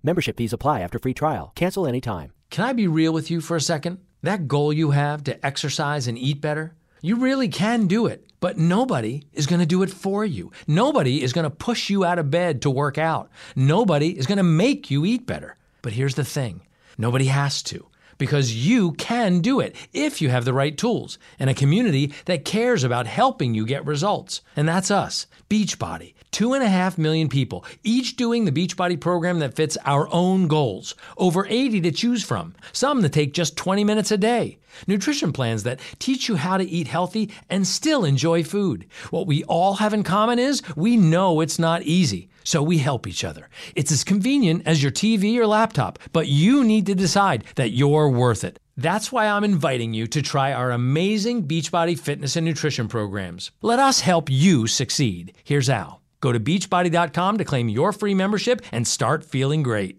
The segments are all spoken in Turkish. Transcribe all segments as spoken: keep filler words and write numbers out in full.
Membership fees apply after free trial. Cancel anytime. Can I be real with you for a second? That goal you have to exercise and eat better, you really can do it, but nobody is going to do it for you. Nobody is going to push you out of bed to work out. Nobody is going to make you eat better. But here's the thing. Nobody has to, because you can do it if you have the right tools and a community that cares about helping you get results. And that's us, Beachbody. Two and a half million people, each doing the Beachbody program that fits our own goals. Over eighty to choose from, some that take just twenty minutes a day. Nutrition plans that teach you how to eat healthy and still enjoy food. What we all have in common is we know it's not easy, so we help each other. It's as convenient as your T V or laptop, but you need to decide that you're worth it. That's why I'm inviting you to try our amazing Beachbody fitness and nutrition programs. Let us help you succeed. Here's how. Go to beachbody dot com to claim your free membership and start feeling great.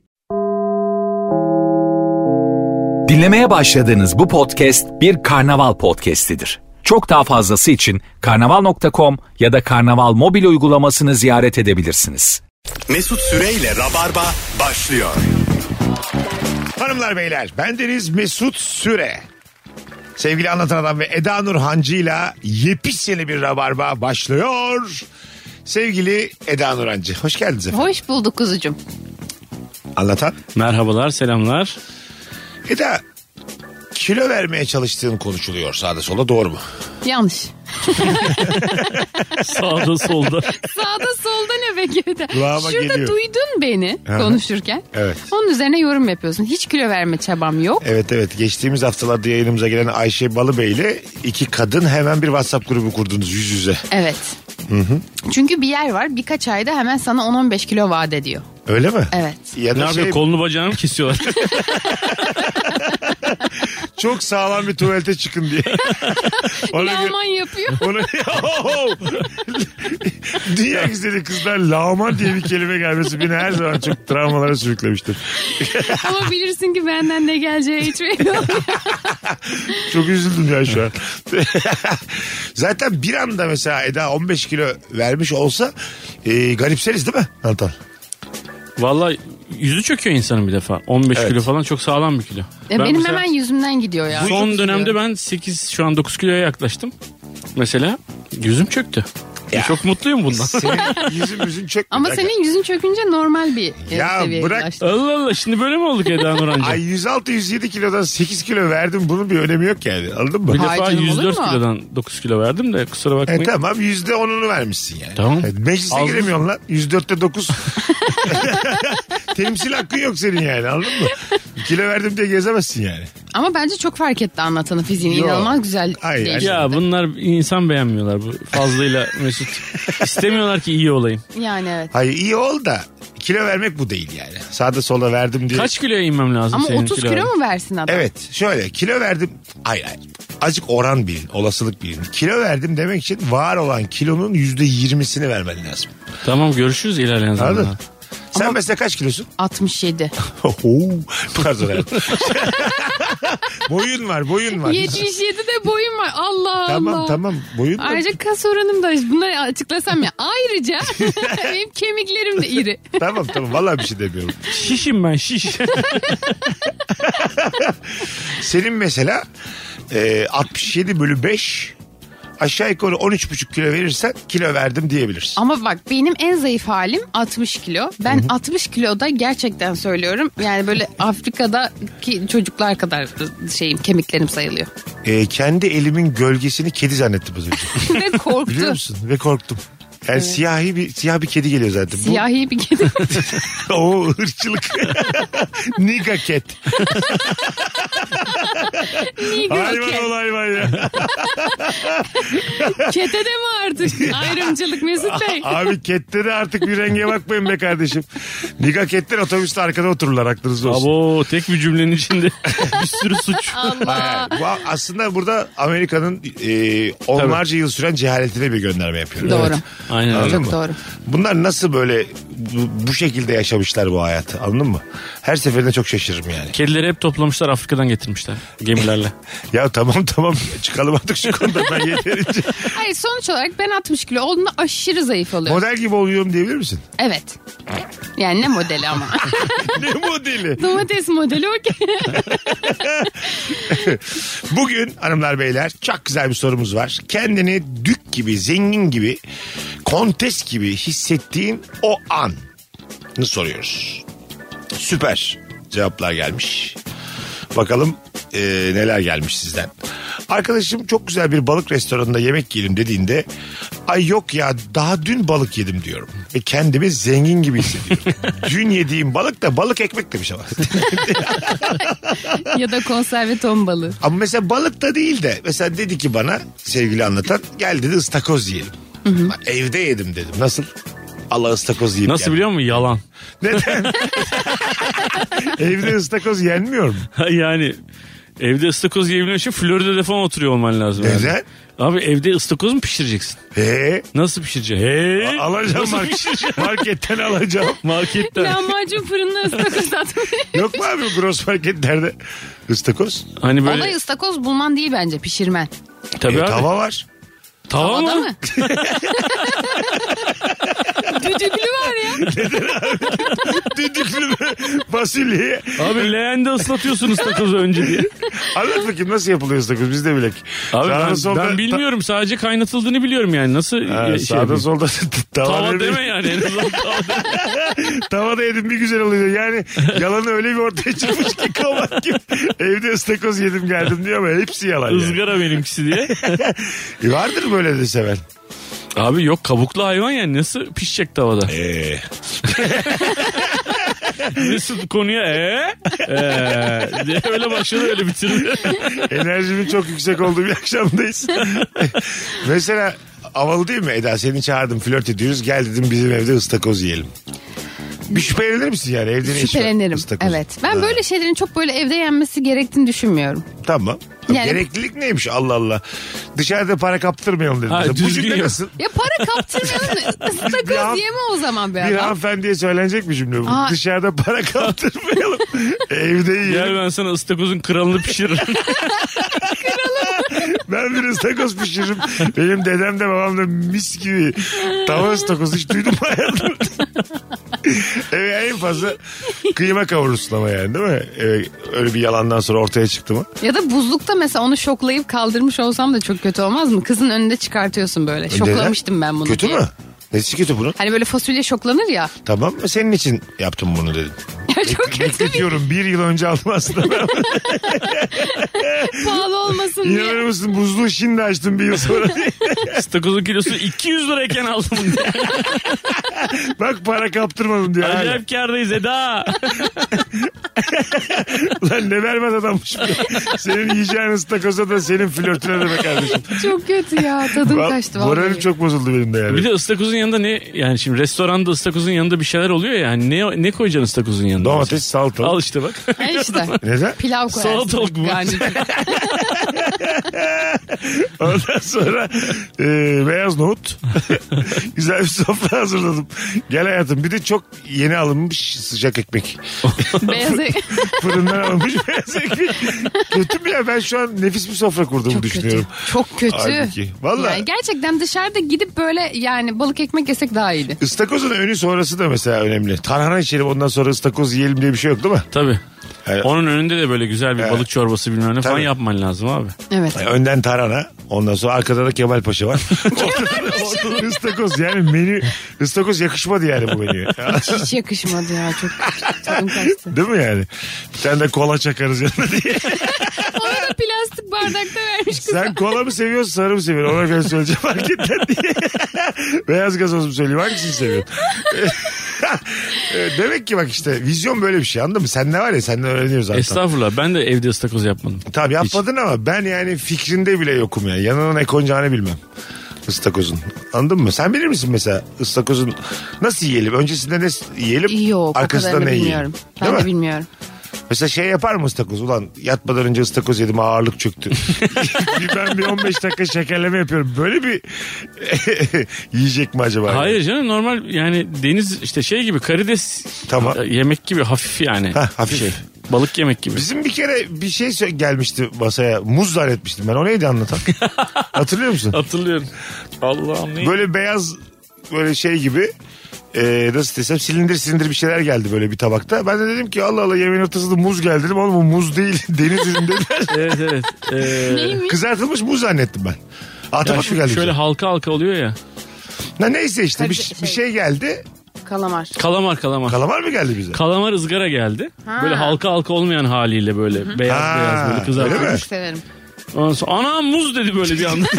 Dinlemeye başladığınız bu podcast bir karnaval podcastidir. Çok daha fazlası için karnaval nokta com ya da karnaval mobil uygulamasını ziyaret edebilirsiniz. Mesut Süreyle Rabarba başlıyor. Hanımlar beyler, bendeniz Mesut Süre. Sevgili Anlatan Adam ve Eda Nur Hancı'yla yepyeni bir Rabarba başlıyor. Sevgili Eda Nur Hancı, hoş geldiniz efendim. Hoş bulduk kuzucuğum. Anlatan. Merhabalar, selamlar. Eda, kilo vermeye çalıştığın konuşuluyor sağda solda, doğru mu? Yanlış. Sağda solda. Sağda solda ne be Göde? Kulağıma Şurada geliyor. duydun beni Aha. konuşurken. Evet. Onun üzerine yorum yapıyorsun. Hiç kilo verme çabam yok. Evet evet, geçtiğimiz haftalarda yayınımıza gelen Ayşe Balıbey ile iki kadın hemen bir WhatsApp grubu kurdunuz yüz yüze. Evet. Hı hı. Çünkü bir yer var, birkaç ayda hemen sana on on beş kilo vaat ediyor. Öyle mi? Evet. Ya Ne da yapıyor? şey, Kolunu bacağını mı kesiyorlar? çok sağlam bir tuvalete çıkın diye. Lağman yapıyor. Onu... Dünya güzeli kızlar, lağman diye bir kelime gelmesi beni her zaman çok travmalara sürüklemiştir. Ama bilirsin ki benden ne geleceği hiç belli olmuyor. Çok üzüldüm ya şu an. Zaten bir anda mesela Eda on beş kilo vermiş olsa e, garipseriz değil mi Anton? Vallahi yüzü çöküyor insanın bir defa. on beş Evet. kilo falan çok sağlam bir kilo. Ya Ben benim mesela hemen yüzümden gidiyor ya. son dönemde ben sekiz şu an dokuz kiloya yaklaştım. Mesela yüzüm çöktü. Ya. Çok mutluyum bundan. Senin yüzün yüzün çökmüyor. Ama senin yüzün çökünce normal bir Ya seviyeye bırak- ulaştı. Allah Allah, şimdi böyle mi olduk Eda Nurancı? Ay yüz altı yüz yedi kilodan sekiz kilo verdim, bunun bir önemi yok yani, anladın mı? Bir Hayır defa canım, yüz olur dört mu? kilodan dokuz kilo verdim de kusura bakmayın. E tamam, yüzde onunu vermişsin yani. Tamam. Evet, meclise Az- giremiyorsun lan. Yüz dörtte dokuz. Temsil hakkın yok senin yani, anladın mı? Bir kilo verdim diye gezemezsin yani. Ama bence çok fark etti Anlatan'ın fiziğini. Yo. İnanılmaz güzel Hayır, değişti. Ya bunlar insan beğenmiyorlar bu fazlıyla Mesut. İstemiyorlar ki iyi olayım. Yani evet. Hayır, iyi ol da kilo vermek bu değil yani. Sağda sola verdim diye. Kaç kiloya inmem lazım Ama senin otuz kilo kiloya? mu versin adam? Evet, şöyle kilo verdim. Hayır hayır. Azıcık oran bilin, olasılık bilin. Kilo verdim demek için var olan kilonun yüzde yirmisini vermen lazım. Tamam, görüşürüz ilerleyen Anladın? zamanlarda. Sen mesela kaç kilosun? altmış yedi. Pardon. Boyun var, boyun var. yetmiş yedi de boyum var. Allah Tamam Allah. tamam, boyun var. Ayrıca kas oranım da, bunları açıklasam ya. Ayrıca benim kemiklerim de iri. Tamam tamam, vallahi bir şey demiyorum. Şişim ben, şiş. Senin mesela e, altmış yedi bölü beş aşağı yukarı on üç buçuk kilo verirsen kilo verdim diyebilirsin. Ama bak, benim en zayıf halim altmış kilo. Ben Hı-hı. altmış kiloda gerçekten söylüyorum. Yani böyle Afrika'daki çocuklar kadar şeyim, kemiklerim sayılıyor. E, kendi elimin gölgesini kedi zannettim az önce. Ve korktu. Biliyor musun? Ve korktum. Yani evet. siyahi bir siyah bir kedi geliyor zaten. Siyahi bir kedi. O hırçılık. Niga cat. Hayvan ol hayvan ya. Kete de mi artık ayrımcılık Mesut Bey? Abi kette de artık bir renge bakmayın be kardeşim. Niga catler otobüste arkada otururlar, aklınızda olsun. Abo, tek bir cümlenin içinde bir sürü suç. Allah. Bu aslında burada Amerika'nın e, onlarca Tabii. yıl süren cehaletine bir gönderme yapıyor. Doğru. Evet. Aynen öyle. Çok doğru. Bunlar nasıl böyle bu, bu şekilde yaşamışlar bu hayatı, anladın mı? Her seferinde çok şaşırırım yani. Kedileri hep toplamışlar, Afrika'dan getirmişler. gemilerle. Ya tamam tamam çıkalım artık şu konuda ben yeterince. Hayır, sonuç olarak ben altmış kilo olduğunda aşırı zayıf oluyorum. Model gibi oluyorum diyebilir misin? Evet. Yani ne modeli ama. Ne modeli? Domates modeli okey. Bugün hanımlar beyler çok güzel bir sorumuz var. Kendini dük gibi, zengin gibi, kontes gibi hissettiğin o anı soruyoruz. Süper cevaplar gelmiş. Bakalım e, neler gelmiş sizden. Arkadaşım çok güzel bir balık restoranında yemek yiyelim dediğinde ay yok ya daha dün balık yedim diyorum. Ve kendimi zengin gibi hissediyorum. Dün yediğim balık da balık ekmek demiş ama. Ya da konserve ton balığı. Ama mesela balık da değil de mesela dedi ki bana sevgili anlatan gel dedi ıstakoz yiyelim. Hı hı. Evde yedim dedim. Nasıl? Allah ıstakoz yiyip Nasıl geldim. biliyor musun? Yalan. Neden? Evde ıstakoz yenmiyor mu? Yani evde ıstakoz yiyebilmek için Florida'da falan oturuyor olman lazım. Neden? Yani. Abi evde ıstakoz mu pişireceksin? He? Nasıl pişireceksin? He? Alacağım market, marketten alacağım. Marketten. Lahmacun fırında ıstakoz atmayı. Yok mu abi gross marketlerde ıstakoz? Hani böyle... Olay ıstakoz bulman değil bence, pişirmen. Tabii E, abi. tava var. Tava Tavada mı? mı? Düdüklü var ya. Düdüklü mü? Fasulyeyi. Abi leğende ıslatıyorsun ıstakozu önce diye. Anlat bakayım nasıl yapılıyor ıstakoz biz de bilek. Abi Sağda ben, solda, ben bilmiyorum, sadece kaynatıldığını biliyorum yani. Nasıl Ha, şey sağda yapayım? solda tava, Tava deme. deme yani. En azından tava deme. Tavada yedim bir güzel oluyor. Yani yalanı öyle bir ortaya çıkmış ki kabak gibi. Evde ıstakoz yedim geldim diyor ama hepsi yalan yani. Izgara benimkisi diye. E vardır böyle de seven. Abi yok, kabuklu hayvan yani nasıl pişecek tavada? Eee. Mesut konuya eee ee, diye öyle başladı, öyle bitirdi. Enerjimin çok yüksek olduğu bir akşamdayız. Mesela havalı değil mi Eda? Seni çağırdım, flört ediyoruz. Gel dedim bizim evde ıstakoz yiyelim. Bir şüphelenir misin yani? Evde ne iş var? Şüphelenirim. Istakoz. Evet. Ben Ha. böyle şeylerin çok böyle evde yenmesi gerektiğini düşünmüyorum. Tamam. Yani- Gereklilik neymiş Allah Allah. Dışarıda para kaptırmayalım dedim. Ha, Mesela bu düzgün cümle yok. nasıl? Ya para kaptırmayalım da Bir ıstakoz han- yeme o zaman be Bir adam. hanımefendiye söylenecek bir cümle bu. Aa. Dışarıda para kaptırmayalım. Evde Gel yiyelim. ben sana ıstakozun kralını pişiririm. Ben bir ıstakoz pişiririm. Benim dedem de babam da mis gibi tava ıstakoz hiç duydum mu hayatımda? Evet, en fazla kıyma kavurursun ama yani değil mi? Evet, öyle bir yalandan sonra ortaya çıktı mı? Ya da buzlukta mesela onu şoklayıp kaldırmış olsam da çok kötü olmaz mı? Kızın önünde çıkartıyorsun böyle. Şoklamıştım ben bunu Kötü diye. mü? Nesi kötü bunun? Hani böyle fasulye şoklanır ya. Tamam mı? Senin için yaptım bunu dedim. Ya çok kötü bir Bekletiyorum. Bir yıl önce aldım aslında ben. pahalı olmasın diye. İnanır mısın? Buzluğu şimdi açtım bir yıl sonra diye. Istakozun kilosu iki yüz lirayken aldım bunu diye. Bak para kaptırmadım diye. hala. Acayip kârdayız Eda. Lan ne vermez adammış. bu. Senin yiyeceğin ıstakoza da senin flörtüne de be kardeşim. Çok kötü ya. Tadım Va- kaçtı Moralim vallahi. çok bozuldu benim de yani. Bir de ıstakozun yanında ne, yani şimdi restoranda ıstakozun yanında bir şeyler oluyor ya, yani ne ne koyacaksın ıstakozun yanında? Domates, salatalık. Al işte bak. Ha işte. Neden? Pilav koyarsın. Salatalık mı? Garnitür. Ondan sonra e, beyaz nohut. Güzel bir sofra hazırladım. Gel hayatım. Bir de çok yeni alınmış sıcak ekmek. Beyaz Fırından alınmış beyaz ekmek. Kötü mü ya? Ben şu an nefis bir sofra kurduğumu Çok düşünüyorum. kötü. Çok kötü. Halbuki. Vallahi. Yani gerçekten dışarıda gidip böyle yani balık ekmek yesek daha iyiydi. Istakozun önü sonrası da mesela önemli. Tarhana içelim ondan sonra ıstakoz yiyelim diye bir şey yok değil mi? Tabii. Evet. Onun önünde de böyle güzel bir Evet. balık çorbası bilmem ne falan Tabii. yapman lazım abi. Evet. Yani önden tarhana, ondan sonra arkada da Kemal Paşa var. Ortada da ıstakoz, yani menü ıstakoz yakışmadı yani bu menüye. Hiç yakışmadı ya, çok kötü. Tadım kaçtı. Değil mi yani? Bir tane de kola çakarız yanına diye. Onu da plastik bardakta vermiş kız. Sen kola mı seviyorsun, sarı mı seviyorsun? Ona göre söyleyeceğim marketten diye. Beyaz gazoz mu söyleyeyim, hangisini seviyorsun? Demek ki bak işte vizyon böyle bir şey, anladın mı? Sen ne var ya, senden öğreniyoruz zaten. Estağfurullah, ben de evde ıstakoz yapmadım. Tabii yapmadın ama ben yani fikrinde bile yokum yani. Yanına ne konacağını bilmem. Istakozun. Anladın mı? Sen bilir misin mesela ıstakozun nasıl yiyelim? Öncesinde ne yiyelim? Yok, o arkasında kadarını ne bilmiyorum. yiyelim? Ben Değil de mi? bilmiyorum. Mesela şey yapar mı ıstakoz? Ulan yatmadan önce ıstakoz yedim, ağırlık çöktü. Ben bir on beş dakika şekerleme yapıyorum. Böyle bir yiyecek mi acaba? Hayır canım, normal yani deniz işte şey gibi, karides Tamam. yemek gibi hafif yani. Hah, hafif. Şey. Balık yemek gibi. Bizim bir kere bir şey sö- gelmişti masaya. Muz zannetmiştim ben. O neydi anlatan? Hatırlıyor musun? Hatırlıyorum. Allah'ım ne? Böyle beyaz böyle şey gibi e, nasıl desem silindir silindir bir şeyler geldi böyle bir tabakta. Ben de dedim ki Allah Allah yemeğin ortasında muz geldi dedim. Oğlum bu muz değil deniz ürünü dediler. Evet evet. Ee, Neymiş? Kızartılmış muz zannettim ben. ya Ahtapot mu şu- geldi? şöyle bize? halka halka oluyor ya. Na, neyse işte bir, Tabii, bir şey. şey geldi. Kalamar. Kalamar kalamar. Kalamar mı geldi bize? Kalamar ızgara geldi. Ha. Böyle halka halka olmayan haliyle böyle beyaz Ha, beyaz böyle öyle kızartılmış. mi? Çok severim. Ondan sonra anam muz dedi böyle bir anda.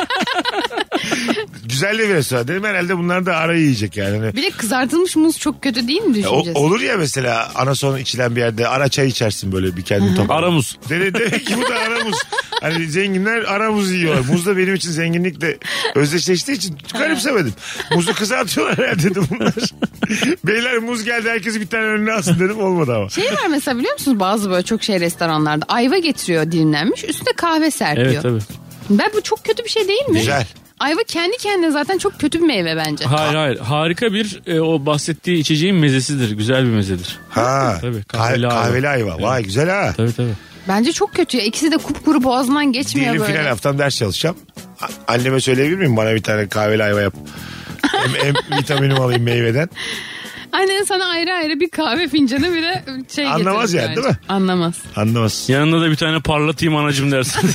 Güzel de bir restoran dedim herhalde bunlar da ara yiyecek yani. Hani Bir de kızartılmış muz çok kötü değil mi Ya o- düşüncesi? olur ya mesela anason içilen bir yerde ara çay içersin böyle bir kendin topla. Ara muz. Demek, demek ki bu da ara muz. Hani zenginler ara muz yiyorlar. Muz da benim için zenginlikle özdeşleştiği için garipsemedim. Muzu kızartıyorlar herhalde dedim bunlar. Beyler muz geldi herkes bir tane önüne alsın dedim olmadı ama. Şey var mesela biliyor musunuz bazı böyle çok şey restoranlarda ayva getiriyor dilimlenmiş üstüne kahve serpiyor. Evet tabii. Ben bu çok kötü bir şey değil mi? Güzel. Ayva kendi kendine zaten çok kötü bir meyve bence. Hayır hayır. Harika bir e, o bahsettiği içeceğin mezesidir. Güzel bir mezedir. Ha. Tabii, kahveli, kahveli ayva. kahveli ayva. Vay güzel ha. Tabii tabii. Bence çok kötü ya. İkisi de kupkuru boğazından geçmiyor Diyelim böyle. final haftam ders çalışacağım. A- Anneme söyleyebilir miyim bana bir tane kahveli ayva yap. hem, hem vitaminimi alayım meyveden. Annen sana ayrı ayrı bir kahve fincanı bir de şey Anlamaz getirir yani, bence. değil mi? Anlamaz. Anlamaz. Yanında da bir tane parlatayım anacım dersin.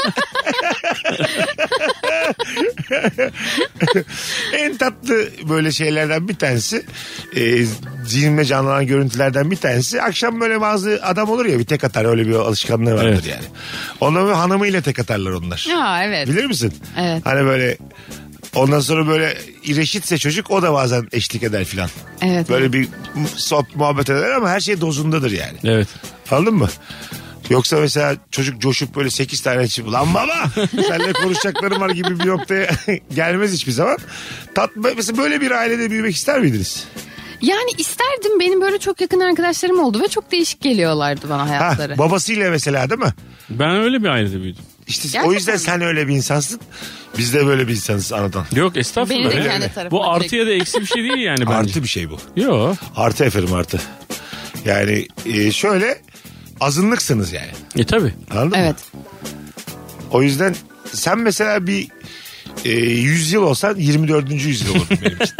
En tatlı böyle şeylerden bir tanesi e, zihnimde canlanan görüntülerden bir tanesi akşam böyle bazı adam olur ya bir tek atar öyle bir alışkanlığı vardır Evet. yani. Ondan böyle hanımıyla tek atarlar onlar. Ya evet. Bilir misin? Evet. Hani böyle ondan sonra böyle reşitse çocuk o da bazen eşlik eder filan. Evet. Böyle bir sohbet muhabbet eder ama her şey dozundadır yani. Evet. Anladın mı? Yoksa mesela çocuk coşup böyle sekiz tane içip lan baba seninle konuşacaklarım var gibi bir noktaya gelmez hiçbir zaman. Tat, mesela böyle bir ailede büyümek ister miydiniz? Yani isterdim, benim böyle çok yakın arkadaşlarım oldu ve çok değişik geliyorlardı bana Ha, hayatları. babasıyla mesela değil mi? Ben öyle bir ailede büyüdüm. İşte Gerçekten o yüzden mi? sen öyle bir insansın. Biz de böyle bir insanız anadan. Yok estağfurullah. Beni de Öyle kendi öyle. tarafıma Bu artı çek. ya da eksi bir şey değil yani bence. Artı bir şey bu. Yok. Artı efendim artı. Yani e, şöyle azınlıksınız yani. E tabi. Anladın Evet. mı? O yüzden sen mesela bir e, yüz yıl olsan yirmi dördüncü yüzyıl olurdun benim için.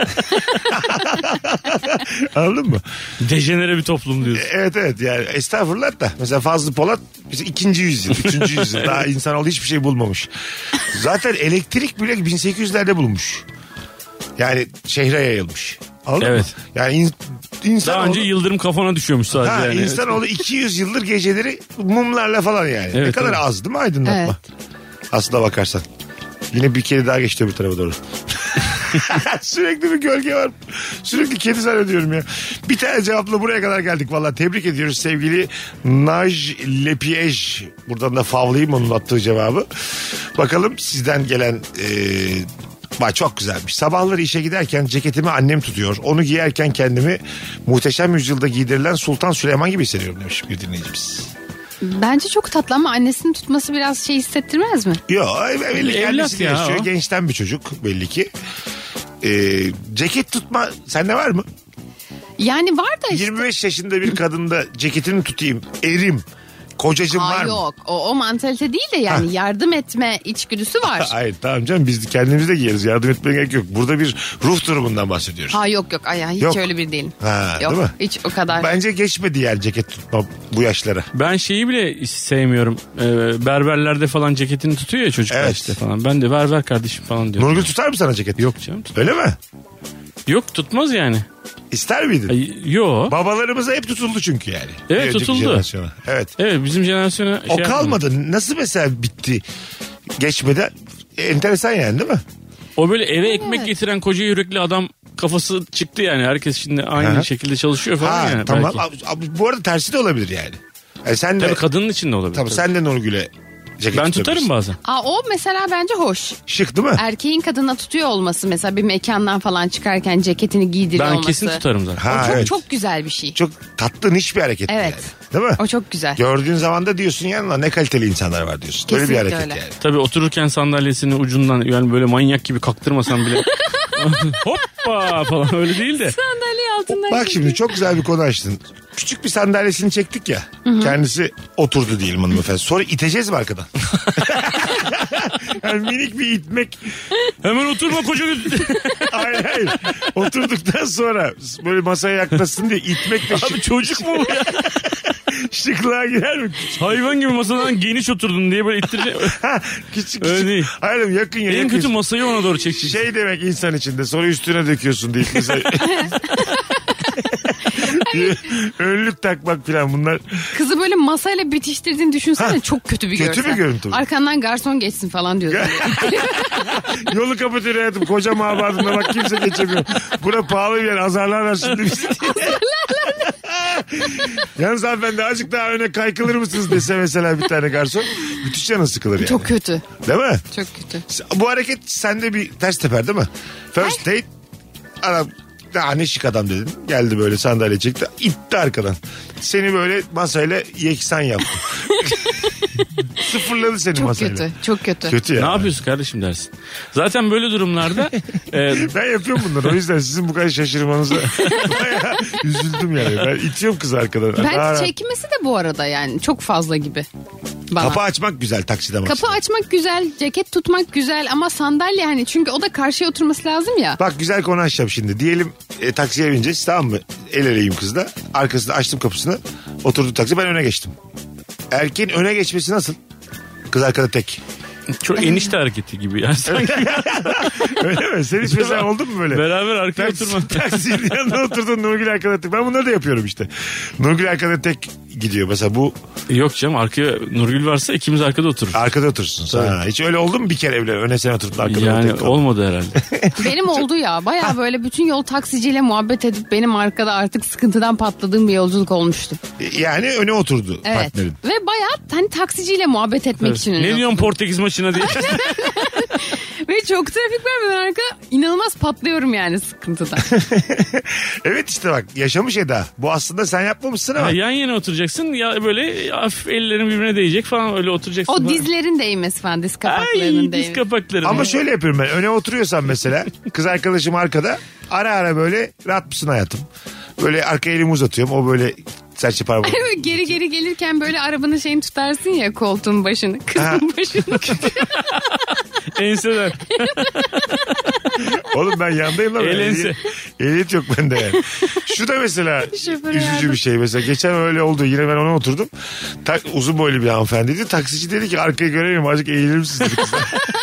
Anladın mı? Dejenere bir toplum diyorsun. Evet evet yani estağfurullah da mesela Fazlı Polat mesela ikinci yüzyıl, üçüncü yüzyıl daha insanoğlu hiçbir şey bulmamış. Zaten elektrik bile bin sekiz yüzlerde bulunmuş. Yani şehre yayılmış. Anladın Evet. mı? Yani in, insanoğlu... Daha önce yıldırım kafana düşüyormuş sadece Ha, yani. insanoğlu iki yüz yıldır geceleri mumlarla falan yani. ne Evet, kadar evet. az değil mi aydınlatma? Evet. Aslına bakarsan. Yine bir kere daha geçti bir tarafa doğru. Sürekli bir gölge var. Sürekli kedi zannediyorum ya. Bir tane cevapla buraya kadar geldik. Vallahi tebrik ediyoruz sevgili Naj Lepiej. Buradan da favlayayım onun attığı cevabı. Bakalım sizden gelen... E, Bak çok güzelmiş. Sabahları işe giderken ceketimi annem tutuyor. Onu giyerken kendimi Muhteşem Yüzyılda giydirilen Sultan Süleyman gibi hissediyorum demiş bir dinleyicimiz. Bence çok tatlı ama annesinin tutması biraz şey hissettirmez mi? Yok belli ki Evlat kendisi ya yaşıyor. o. Gençten bir çocuk belli ki. Ee, ceket tutma sende var mı? Yani var da işte. yirmi beş yaşında bir kadında ceketini tutayım erim. Kocacığım Aa, var mı? yok o, o mantalite değil de yani Ha. yardım etme içgüdüsü var. Hayır tamam canım biz kendimiz de giyeriz. Yardım etmeye gerek yok. Burada bir ruh durumundan bahsediyoruz. Ha yok yok ay, ay, hiç Yok. öyle bir değilim. Ha, Yok değil mi? hiç o kadar. Bence geçmedi yani ceket tutma bu yaşlara. Ben şeyi bile sevmiyorum. Ee, berberlerde falan ceketini tutuyor ya çocuklar Evet. işte falan. Ben de ver ver kardeşim falan diyorum. Nurgül tutar mı sana ceket? Yok canım. Tut- Öyle mi? Yok tutmaz yani. İster miydin? Ay, Yok. Babalarımıza hep tutuldu çünkü yani. Evet, Bir önceki tutuldu. jenerasyona. Evet. Evet bizim jenerasyona şey O yapmadım. kalmadı. Nasıl mesela bitti? Geçmedi. Enteresan yani değil mi? O böyle eve ekmek getiren koca yürekli adam kafası çıktı yani. Herkes şimdi aynı Aha. şekilde çalışıyor falan Ha, yani. tamam. Belki. Abi, abi, bu arada tersi de olabilir yani. yani sen de Tabii kadının için de olabilir. tamam, tabii. sen de Nurgül'e ceket Ben tutabilirsin. tutarım bazen. Aa, o mesela bence hoş. Şık değil mi? Erkeğin kadına tutuyor olması mesela bir mekandan falan çıkarken ceketini giydiriyor Ben olması. kesin tutarım zaten. Ha, O çok evet. çok güzel bir şey. Çok tatlı niş bir hareket Evet. yani. Değil mi? O çok güzel. Gördüğün zaman da diyorsun yanına ne kaliteli insanlar var diyorsun. Öyle bir Kesinlikle hareket öyle. yani. Tabii otururken sandalyesinin ucundan yani böyle manyak gibi kaktırmasan bile Hoppa falan öyle değil de. Sandalye altından. Bak şimdi çok güzel bir konu açtın. Küçük bir sandalyesini çektik ya. Hı-hı. Kendisi oturdu diyelim hanımefendi. Sonra iteceğiz mi arkadan? Yani minik bir itmek. Hemen oturma koca göz. Hayır hayır. Oturduktan sonra böyle masaya yaklaşsın diye itmek de. Abi çocuk mu bu ya? Şıklığa girer mi? Hayvan gibi masadan geniş oturdun diye böyle ittirecek. Küçük küçük. Öyle değil. Hayır yakın ya. En yakın. kötü masayı ona doğru çekeceksin. Şey demek insan içinde sonra üstüne döküyorsun deyip mesela. Önlük takmak falan bunlar. Kızı böyle masayla bitiştirdiğini düşünsene, ha, çok kötü bir görüntü. Kötü bir görüntü. Arkandan garson geçsin falan diyorsun. Yolu kapatıyor hayatım. Koca mabadında bak kimse geçemiyor. Bura pahalı bir yer, azarlarlar şimdi bizi. Yalnız hanımefendi azıcık daha öne kaykılır mısınız dese mesela bir tane garson. Müthiş canı sıkılır yani. Çok kötü. Değil mi? Çok kötü. Bu hareket sende bir ters teper değil mi? First date adam daha ne şık adam dedin. Geldi böyle sandalye çekti. İtti arkadan. Seni böyle masayla yeksan yaptı. Sıfırladı seni çok masayla. Çok kötü. Çok kötü. Kötü ya. Ne yapıyorsun kardeşim dersin. Zaten böyle durumlarda. e... Ben yapıyorum bunları. O yüzden sizin bu kadar şaşırmanıza bayağı üzüldüm yani. Ben itiyorum kızı arkadan. Ben Daha çekmesi de bu arada yani çok fazla gibi. Bana. Kapı açmak güzel takside makside. Kapı açmak güzel, ceket tutmak güzel ama sandalye hani çünkü o da karşıya oturması lazım ya. Bak güzel konu açacağım şimdi. Diyelim e, taksiye bineceğiz, tamam mı? El eleyim kızla. Arkasında açtım kapısını. Oturduk taksi, ben öne geçtim. Erkeğin öne geçmesi nasıl? Kız arkada tek. Çok enişte hareketi gibi ya. Öyle mi? Sen hiç mesela oldun mu böyle? Beraber arkaya Taksi, oturma. Taksinin yanına oturdun, Nurgül arkada tek. Ben bunları da yapıyorum işte. Nurgül arkada tek gidiyor mesela bu. Yok canım, arkaya Nurgül varsa ikimiz arkada otururuz. Arkada oturursun. Ha, hiç öyle oldu mu bir kere bile? Öne sen oturdun, arkada yani tek. olmadı herhalde. Benim oldu ya. Baya böyle bütün yol taksiciyle muhabbet edip benim arkada artık sıkıntıdan patladığım bir yolculuk olmuştu. Yani öne oturdu evet. partnerin. Ve baya hani taksiciyle muhabbet etmek evet. için. Ne diyorsun Portekiz maçına diye. Ve çok trafik var, ben arka inanılmaz patlıyorum yani sıkıntıdan. Evet işte bak yaşamış Eda. Bu aslında sen yapmamışsın ama. Ha, yan yana oturacaksın ya, böyle hafif ellerin birbirine değecek falan, öyle oturacaksın. O falan. Dizlerin değmesi falan, diz kapaklarının Ay, değmesi. diz kapakları. Ama şöyle yapıyorum ben. Öne oturuyorsam mesela kız arkadaşım arkada, ara ara böyle rahat mısın hayatım? Böyle arka elimi uzatıyorum. O böyle serçe parmağı. Geri geri gelirken böyle arabanın şeyini tutarsın ya, koltuğun başını. Kızın başını. Enseden. Oğlum ben yandayım lan. El ense. Ehliyet yok bende yani. Şu da mesela Şoföre üzücü yardım. bir şey. Mesela geçen öyle oldu. Yine ben ona oturdum. Ta, uzun boylu bir hanımefendiydi. Taksici dedi ki arkayı göremiyorum. Azıcık eğilir misiniz dedi kızlar.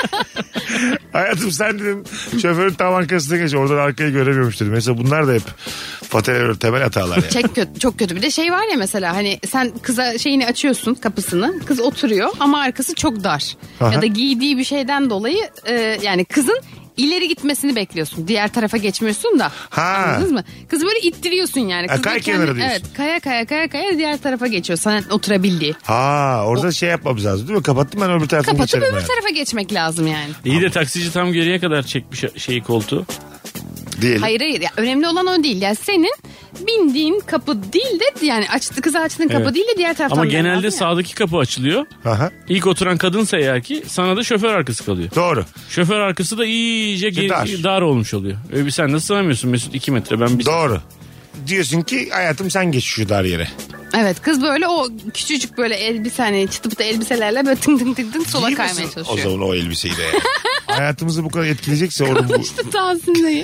Hayatım sen dedim şoförün tam arkasına geç. Oradan arkayı göremiyormuş dedim. Mesela bunlar da hep fatal temel hatalar yani. Çok kötü, çok kötü. Bir de şey var ya mesela hani sen kıza şeyini açıyorsun, kapısını. Kız oturuyor ama arkası çok dar. Aha. Ya da giydiği bir şeyden dolayı e, yani kızın ileri gitmesini bekliyorsun. Diğer tarafa geçmiyorsun da. Ha. Anladınız mı? Kızı böyle ittiriyorsun yani. Kız Ha, kay da kendi- kenara diyorsun. Evet, kaya kaya kaya kaya diğer tarafa geçiyor. Sana oturabildiği. Ha orada o... şey yapmamız lazım değil mi? Kapattım ben öbür tarafa Kapatıp geçerim öbür yani. tarafa geçmek lazım yani. İyi de taksici tam geriye kadar çekmiş şeyi, koltuğu. Diyelim. Hayır hayır ya, önemli olan o değil. Yani senin bindiğin kapı değil de yani açtı kızı açtığın kapı Evet. değil de diğer taraftan. Ama dönmen genelde lazım ya. sağdaki kapı açılıyor. Aha. İlk oturan kadınsa eğer ki sana da şoför arkası kalıyor. Doğru. Şoför arkası da iyice geri, Dar. dar. olmuş oluyor. Öyle bir sen nasıl sığamıyorsun Mesut, iki metre ben bir... Doğru. Diyorsun ki hayatım sen geç şu dar yere. Evet, kız böyle o küçücük böyle elbise hani çıtı pıtı elbiselerle böyle tınk tınk tınk tınk sola Giy kaymaya misin çalışıyor. o zaman o elbiseyi de yani. Hayatımızı bu kadar etkileyecekse onun bu. İşte Tahsin'deyi.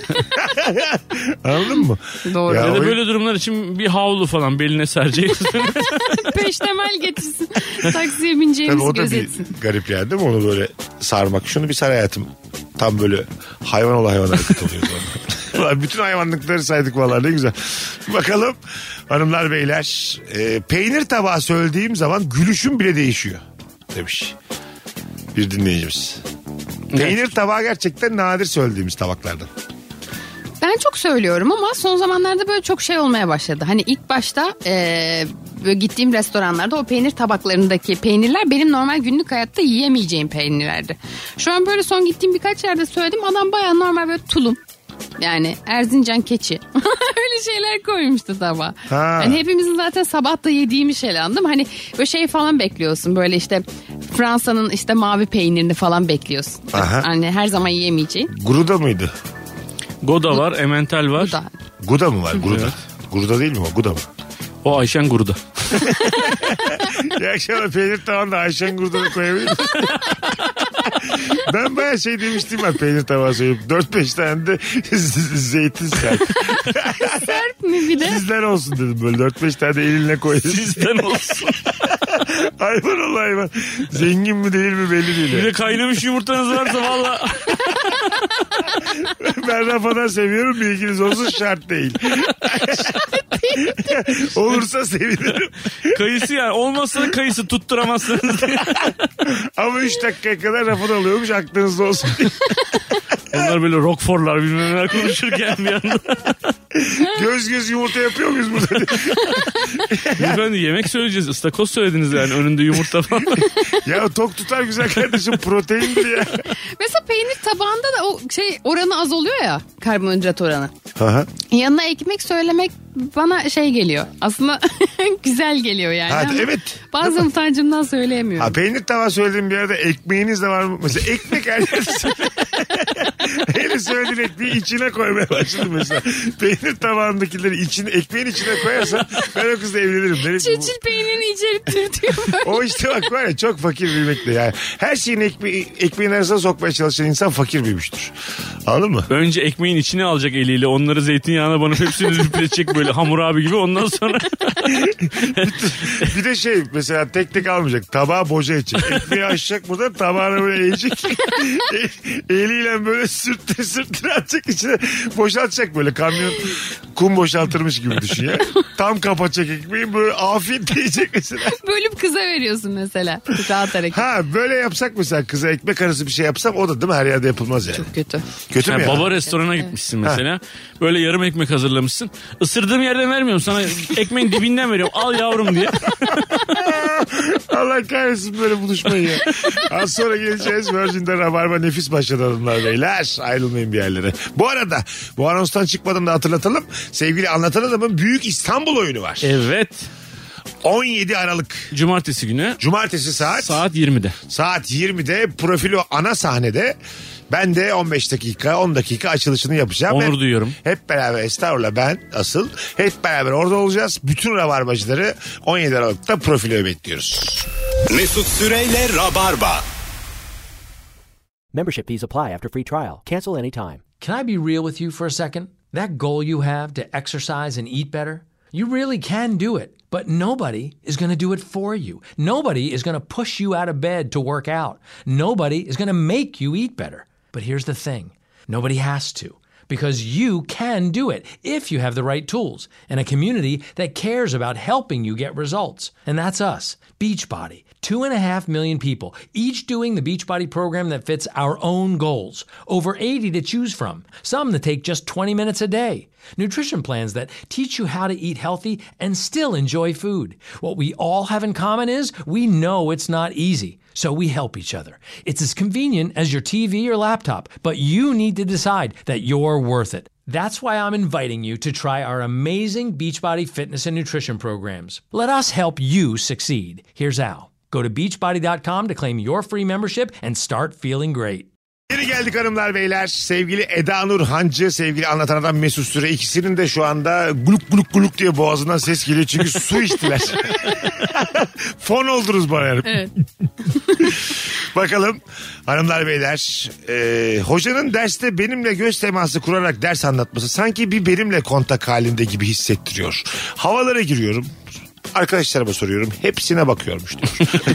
Anladın mı? Doğru. Ya Ya da o- böyle durumlar için bir havlu falan beline sereceksin. Peştemal getirsin. Taksiye Tabii bineceğimizi o da gözetsin. bir garip yani değil mi? Onu böyle sarmak. Şunu bir sar hayatım. Tam böyle hayvan ol hayvan hareket oluyor. Ulan bütün hayvanlıkları saydık vallahi ne güzel. Bakalım hanımlar beyler. E, peynir tabağı söylediğim zaman gülüşüm bile değişiyor demiş bir dinleyicimiz. Peynir tabağı gerçekten nadir söylediğimiz tabaklardan. Ben çok söylüyorum ama son zamanlarda böyle çok şey olmaya başladı. Hani ilk başta e, böyle gittiğim restoranlarda o peynir tabaklarındaki peynirler benim normal günlük hayatta yiyemeyeceğim peynirlerdi. Şu an böyle son gittiğim birkaç yerde söyledim. Adam bayağı normal böyle tulum. Yani Erzincan keçi. Öyle şeyler koymuştu tabağa. Ha. Hani hepimizin zaten sabah da yediğimiz şeyler, anladın mı? Hani böyle şey falan bekliyorsun. Böyle işte Fransa'nın işte mavi peynirini falan bekliyorsun. Aha. Hani her zaman yiyemeyeceğin. Gruda mıydı? Goda var, Emmental var. Guda. Guda mı var? Guda. Evet. Guda değil mi o? Guda mı? O Ayşen Guru'da. İyi akşamlar, peynir tavanda Ayşen Gurda'da koyabilir miyim? Ben bayağı şey demiştim ben peynir tabağı söyleyip. dört beş tane de zeytin serp. Serp mi bir de? Sizden olsun dedim böyle. dört beş tane de eline koy. Sizden olsun. Hayvan ol hayvan. Zengin mi değil mi belli değil. Bir Yani. de kaynamış yumurtanız varsa valla. Ben rafadan seviyorum, bilginiz olsun, şart değil. Olursa sevinirim. Kayısı yani. Olmazsa da kayısı tutturamazsınız diye. Ama üç dakikaya kadar rafadan oluyormuş, aklınızda olsun. Onlar böyle rockforlar bilmem neler konuşurken bir anda. Göz göz yumurta yapıyor muyuz burada? Efendim yemek söyleyeceğiz. Istakoz söylediniz yani önünde yumurta falan. Ya tok tutar güzel kardeşim, proteindir ya. Mesela peynir tabağında da o şey oranı az oluyor ya, karbonhidrat oranı. Aha. Yanına ekmek söylemek bana şey geliyor. Aslında güzel geliyor yani. Ha, Ama evet. bazen utancımdan söyleyemiyorum. Ha, peynir tava söylediğim bir yerde ekmeğiniz de var mı? Mesela ekmek her yerde söyle. Hele söylediğin ekmeği içine koymaya başladım mesela. Peynir tabağındakileri için, ekmeğin içine koyarsan ben o kızla evlenirim. Benim, Çiçil peynirini içerip dürtüyor böyle. o işte bak var ya, çok fakir büyümekle yani. Her şeyin ekmeği, ekmeğin arasına sokmaya çalışan insan fakir büyümüştür. Anladın mı? Önce ekmeğin içine alacak eliyle. Onları zeytinyağına banıp hepsini züpletecek böyle Hammurabi gibi. Ondan sonra... Bir de şey mesela tek tek almayacak. Tabağı boca edecek. Ekmeği açacak buradan, tabağına böyle eğecek. Eliyle böyle sürttüre sürttüre atacak, içine boşaltacak böyle. Kamyon kum boşaltırmış gibi düşün ya. Tam kapatacak ekmeği, böyle afiyet diyecek mesela. Bölüp kıza veriyorsun mesela. Rahat hareket. Ha böyle yapsak mesela, kıza ekmek arası bir şey yapsam, o da değil mi, her yerde yapılmaz yani. Çok kötü. Kötü mü Yani ya? baba restorana gitmişsin mesela. Böyle yarım ekmek hazırlamışsın. Isırdığım yerden vermiyorum sana, ekmeğin dibinden veriyorum. Al yavrum diye. Allah kahretsin böyle buluşmayı ya. Az sonra geleceğiz. Virgin'de Rabarba nefis başladı hanımlar beyler. Ayrılmayın bir yerlere. Bu arada bu anonstan çıkmadan da hatırlatalım. Sevgili Anlatan Adam'ın Büyük İstanbul oyunu var. Evet. on yedi Aralık. Cumartesi günü. Cumartesi saat. Saat yirmide. Saat yirmide Profilo ana sahnede. Ben de on beş dakika on dakika açılışını yapacağım. Onur hep, duyuyorum. Hep beraber, estağfurullah, ben asıl. Hep beraber orada olacağız. Bütün Rabarbacıları on yedi Aralık'ta Profilo'ya bekliyoruz. Mesut Süreyle Rabarba. Membership fees apply after free trial. Cancel anytime. Can I be real with you for a second? That goal you have to exercise and eat better, you really can do it. But nobody is going to do it for you. Nobody is going to push you out of bed to work out. Nobody is going to make you eat better. But here's the thing. Nobody has to. Because you can do it if you have the right tools and a community that cares about helping you get results. And that's us, Beachbody. Two and a half million people, each doing the Beachbody program that fits our own goals. Over eighty to choose from. Some that take just twenty minutes a day. Nutrition plans that teach you how to eat healthy and still enjoy food. What we all have in common is we know it's not easy, so we help each other. It's as convenient as your T V or laptop, but you need to decide that you're worth it. That's why I'm inviting you to try our amazing Beachbody fitness and nutrition programs. Let us help you succeed. Here's how. Go to beachbody dot com to claim your free membership and start feeling great. Geri geldik hanımlar beyler. Sevgili Eda Nur Hancı, sevgili Anlatan Adam Mesut Süre, ikisinin de şu anda gluk gluk gluk diye boğazından ses geliyor çünkü su içtiler. Fon oldunuz bana yani. Evet. Bakalım hanımlar beyler, e, hocanın derste benimle göz teması kurarak ders anlatması sanki bir benimle kontak halinde gibi hissettiriyor. Havalara giriyorum. Arkadaşlarıma soruyorum. Hepsine bakıyormuş diyor.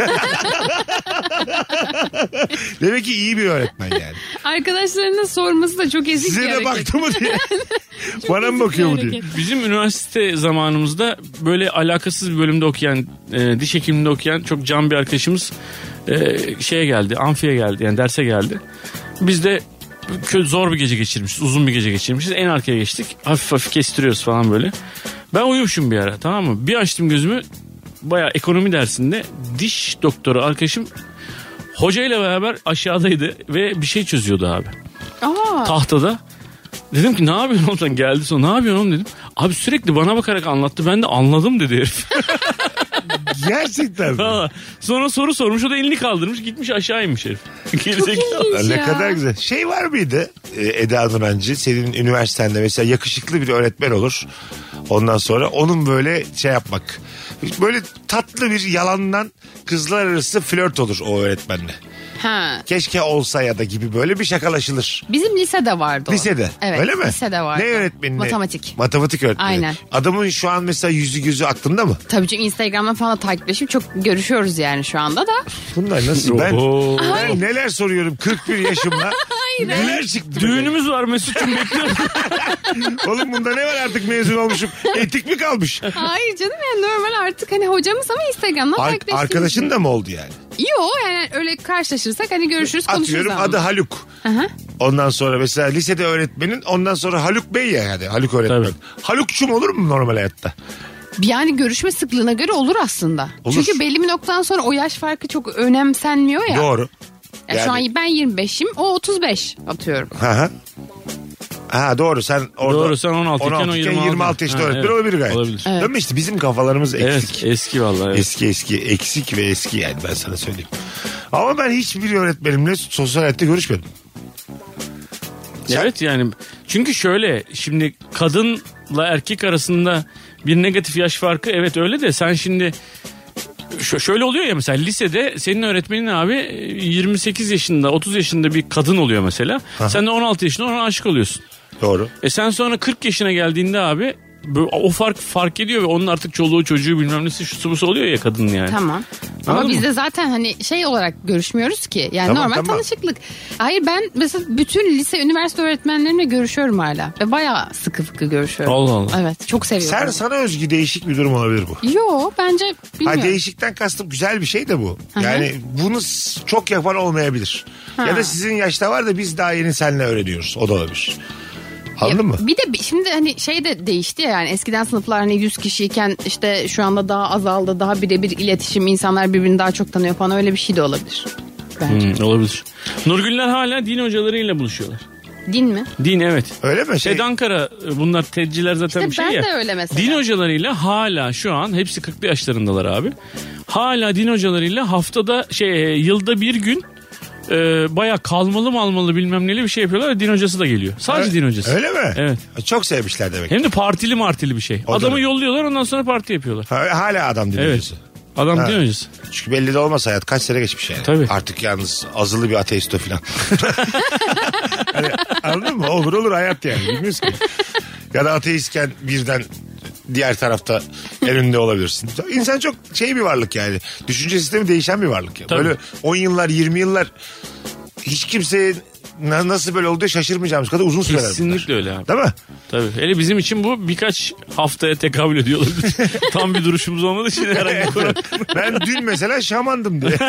Demek ki iyi bir öğretmen yani. Arkadaşlarına sorması da çok ezik Size bir de hareket. baktı mı diye. Bana mı bakıyor mu diye. Bizim üniversite zamanımızda böyle alakasız bir bölümde okuyan, e, diş hekimliğinde okuyan çok can bir arkadaşımız e, şeye geldi, amfiye geldi, yani derse geldi. Biz de zor bir gece geçirmişiz, uzun bir gece geçirmişiz. En arkaya geçtik, hafif hafif kestiriyoruz falan böyle. Ben uyumuşum bir ara, tamam mı? Bir açtım gözümü, bayağı ekonomi dersinde diş doktoru arkadaşım hocayla beraber aşağıdaydı ve bir şey çözüyordu abi. Aa. Tahtada. Dedim ki ne yapıyorsun oğlum sen, geldi sonra ne yapıyorsun oğlum dedim. Abi sürekli bana bakarak anlattı, ben de anladım dedi herif. Gerçekten mi? Valla. Sonra soru sormuş, o da elini kaldırmış, gitmiş aşağı inmiş herif. Gerizekalı. Ne ya. kadar güzel. Şey var mıydı e, Eda Nurancı, senin üniversitende mesela yakışıklı bir öğretmen olur. Ondan sonra onun böyle şey yapmak. Böyle tatlı bir yalandan kızlar arası flört olur o öğretmenle. Ha. Keşke olsa ya da gibi böyle bir şakalaşılır. Bizim lisede vardı o. Lisede. Evet. Öyle mi? Lisede vardı. Ne öğretmeni? Matematik. Matematik öğretmeni. Aynen. Adamın şu an mesela yüzü gözü aklında mı? Tabii çünkü Instagram'dan falan takipleşip çok görüşüyoruz yani şu anda da. Bunlar nasıl? Ben, Oho. ben neler soruyorum kırk bir yaşımda. Neler çıktı? Düğünümüz var Mesut'cum, bekliyorum. Oğlum bunda ne var, artık mezun olmuşum. Etik mi kalmış? Hayır canım, yani normal artık hani hocamız ama Instagram'dan Ar- takipleşiyoruz. arkadaşın da mı oldu yani? Yok yani öyle karşılaşırsak hani görüşürüz, konuşuruz. Atıyorum ama. adı Haluk. Aha. Ondan sonra mesela lisede öğretmenin, ondan sonra Haluk Bey ya, hadi Haluk öğretmen. Tabii. Halukçum olur mu normal hayatta? Yani görüşme sıklığına göre olur aslında. Olur. Çünkü belli bir noktadan sonra o yaş farkı çok önemsenmiyor ya. Doğru. Ya Şu an ben yirmi beşim, o otuz beş atıyorum. Hı hı. Ha doğru, sen orada Doğru, sen on altı iken o yirmi altı. yirmi altı yaşında Ha, öğretmen evet. olabilir gayet. Olabilir. Evet. Değil mi işte, bizim kafalarımız eksik. Evet, eski vallahi. Evet. Eski eski eksik ve eski yani, ben sana söyleyeyim. Ama ben hiçbir öğretmenimle sosyal hayatta görüşmedim. Evet yani çünkü şöyle, şimdi kadınla erkek arasında bir negatif yaş farkı, evet öyle de sen şimdi ş- şöyle oluyor ya, mesela lisede senin öğretmenin abi yirmi sekiz yaşında otuz yaşında bir kadın oluyor mesela. Aha. Sen de on altı yaşında ona aşık oluyorsun. Doğru. E sen sonra kırk yaşına geldiğinde abi böyle o fark fark ediyor ve onun artık çoluğu çocuğu bilmem nesi şu busu oluyor ya kadın yani. Tamam. Ama Anladın biz mı? de zaten hani şey olarak görüşmüyoruz ki. Yani Tamam, normal tamam. tanışıklık. Hayır, ben mesela bütün lise, üniversite öğretmenlerimle görüşüyorum hala. Ve bayağı sıkı fıkı görüşüyorum. Allah Allah. Evet, çok seviyorum. Sen, sana özgü değişik bir durum olabilir bu. Yo, bence Ha, bilmiyorum. değişikten kastım güzel bir şey de bu. Hı hı. Yani bunu s- çok yapan olmayabilir. Ha. Ya da sizin yaşta var da biz daha yeni seninle öğreniyoruz. O da olabilir. Anladın Ya, mı? Bir de bir- şimdi hani şey de değişti ya, yani eskiden sınıflar hani yüz kişiyken işte şu anda daha azaldı. Daha birebir iletişim, insanlar birbirini daha çok tanıyor falan, öyle bir şey de olabilir. Bence. Hmm, olabilir. Nurgüller hala din hocalarıyla buluşuyorlar. Din mi? Din, evet. Öyle mi? Şey, TED Ankara, bunlar TED'ciler zaten İşte bir şey ben ya. de öyle mesela. Din hocalarıyla hala şu an hepsi kırklı yaşlarındalar abi. Hala din hocalarıyla haftada şey yılda bir gün e, baya kalmalı malmalı bilmem neli bir şey yapıyorlar ve din hocası da geliyor. Sadece Ö- din hocası. Öyle mi? Evet. Çok sevmişler demek. Hem de partili martili bir şey. O da Adamı öyle. yolluyorlar, ondan sonra parti yapıyorlar. Ha, hala adam Evet. dinleyicisi. Adam Ha. din hocası. Çünkü belli de olmaz, hayat kaç sene geçmiş yani. Tabii. Artık yalnız azılı bir ateist o filan. Hani, anladın mı? Olur olur hayat yani, bilmiyoruz ki. Ya da ateistken birden diğer tarafta en önünde olabilirsin. İnsan çok şey bir varlık yani. Düşünce sistemi değişen bir varlık. Ya. Tabii. Böyle on yıllar yirmi yıllar hiç kimseye na- nasıl böyle oldu diye şaşırmayacağımız kadar uzun süreler bunlar. Kesinlikle öyle abi. Değil mi? Tabii. Hele bizim için bu birkaç haftaya tekabül ediyor olabilir. Tam bir duruşumuz olmadığı için herhangi bir konu. Ben dün mesela şamandım diye.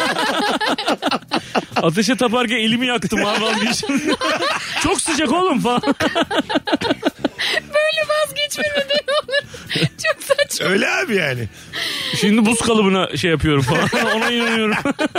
Ateşe taparken elimi yaktım abi. vazgeçtim. Çok sıcak oğlum falan. Böyle vazgeçme nedeni olur. Çok saçma. Öyle abi yani. Şimdi buz kalıbına şey yapıyorum falan. Ona inanıyorum.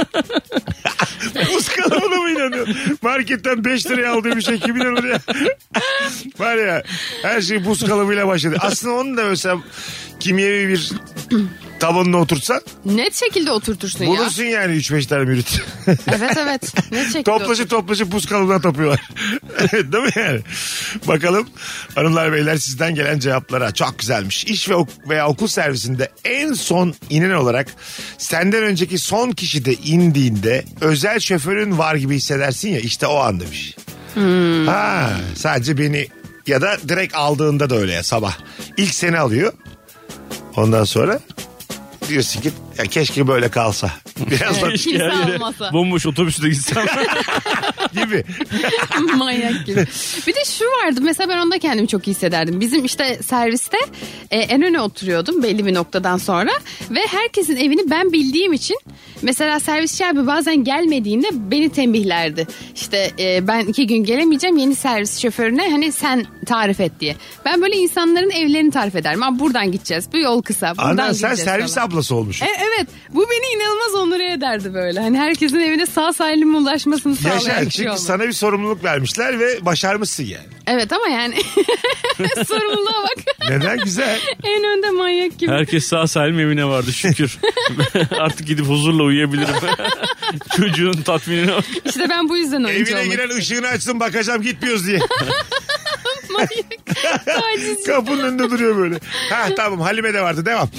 Buz kalıbına mı inanıyorsun? Marketten beş liraya aldığım bir şey kim inanır ya? Var ya, her şey buz kalıbıyla başladı. Aslında onu da mesela kimyevi bir tabanına oturtsan Net şekilde oturtursun ya. bulursun yani üç beş tane mürit. Evet evet. Net şekilde Toplaşıp toplaşıp buz kalıbına tapıyorlar. Değil mi yani? Bakalım hanımlar beyler sizden gelen cevaplara. Çok güzelmiş. İş ve ok- veya okul servisinde en son inen olarak senden önceki son kişi de indiğinde özel şoförün var gibi hissedersin ya, işte o an demiş. Hmm. Ha, sadece beni ya da direkt aldığında da öyle ya, sabah. İlk seni alıyor. Ondan sonra diyorsun ki ya keşke böyle kalsa. Biraz da Keşke Kimse her yere almasa. bomboş otobüste gitsem. gibi. Manyak gibi. Bir de şu vardı, mesela ben onda kendimi çok iyi hissederdim. Bizim işte serviste e, en öne oturuyordum belli bir noktadan sonra ve herkesin evini ben bildiğim için mesela servisçi abi bazen gelmediğinde beni tembihlerdi. İşte e, ben iki gün gelemeyeceğim, yeni servis şoförüne hani sen tarif et diye. Ben böyle insanların evlerini tarif ederim. Ama buradan gideceğiz, bu yol kısa, buradan Ana, sen gideceğiz servis falan. ablası olmuşsun. E, evet, bu beni inanılmaz onur ederdi böyle. Hani herkesin evine sağ salim ulaşmasını sağlayan Yaşa, kişi çünkü olmak. sana bir sorumluluk vermişler ve başarmışsın yani. Evet ama yani sorumluluğa bak. Neden? Güzel. En önde manyak gibi. Herkes sağ salim evine vardı şükür. Artık gidip huzurla uyuyabilirim. Çocuğun tatminine bak. İşte ben bu yüzden oyuncu Evine olmak giren ışığını açsın bakacağım gitmiyoruz diye. manyak. Tacizci. Kapının önünde duruyor böyle. Ha tamam, Halime de vardı, devam.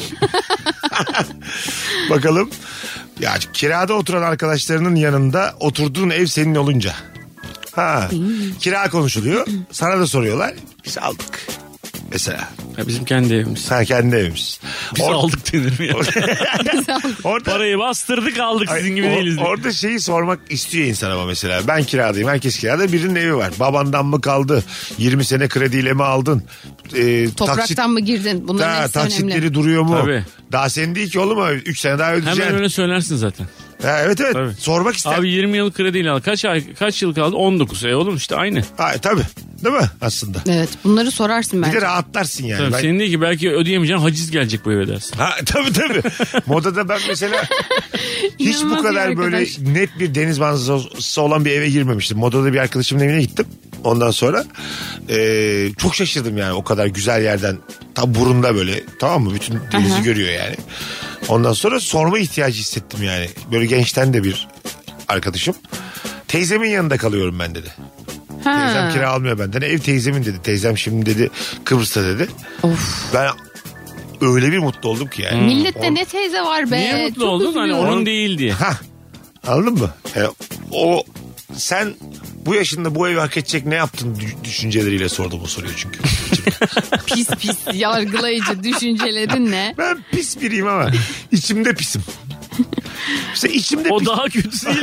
Bakalım. Ya kirada oturan arkadaşlarının yanında oturduğun ev senin olunca. Ha. Kira konuşuluyor. Sana da soruyorlar. Biz aldık. Mesela. Ya bizim kendi evimiz. Ha, kendi evimiz. Biz Or- aldık denir mi ya? Orada, Parayı bastırdık aldık sizin gibi Ay, o- değiliz diye. Orada şeyi sormak istiyor insan ama mesela. Ben kiradayım, herkes kirada, birinin evi var. Babandan mı kaldı? yirmi sene krediyle mi aldın? Ee, Topraktan taksit- mı girdin? Bunların Ha, hepsi taksitleri önemli. duruyor mu? Tabii. Daha senin değil ki oğlum, üç sene daha ödeyeceksin. Hemen öyle söylersin zaten. Ha, evet evet, Tabii. sormak ister. Abi yirmi yıl krediyle al. Kaç ay kaç yıl kaldı? on dokuz. E oğlum işte aynı. Ha, tabii değil mi aslında? Evet, bunları sorarsın Bir bence. de rahatlarsın yani. Tabii, Ben- senin değil ki belki ödeyemeyeceğin haciz gelecek bu eve dersin. Ha, tabii tabii. Modada ben mesela hiç bu İnanılmaz kadar bir böyle arkadaş. net bir deniz manzarası olan bir eve girmemiştim. Modada bir arkadaşımın evine gittim. Ondan sonra e, çok şaşırdım yani, o kadar güzel yerden, tam burunda böyle, tamam mı? Bütün denizi Aha. görüyor yani. Ondan sonra sorma ihtiyacı hissettim yani. Böyle gençten de bir arkadaşım. Teyzemin yanında kalıyorum ben dedi. Ha. Teyzem kira almıyor benden. Ev teyzemin dedi. Teyzem şimdi dedi Kıbrıs'ta dedi. Of. Ben öyle bir mutlu oldum ki yani. Millette ne teyze var be. Niye mutlu Çok oldun? Hani üzülüyorum. onun değil diye. Ha, anladın mı? Yani o sen bu yaşında bu evi hak edecek ne yaptın dü- düşünceleriyle sordum o soruyu çünkü. Pis pis yargılayıcı düşüncelerin ne? Ben pis biriyim ama içimde pisim. İşte içimde O pis. daha kötüsü değil.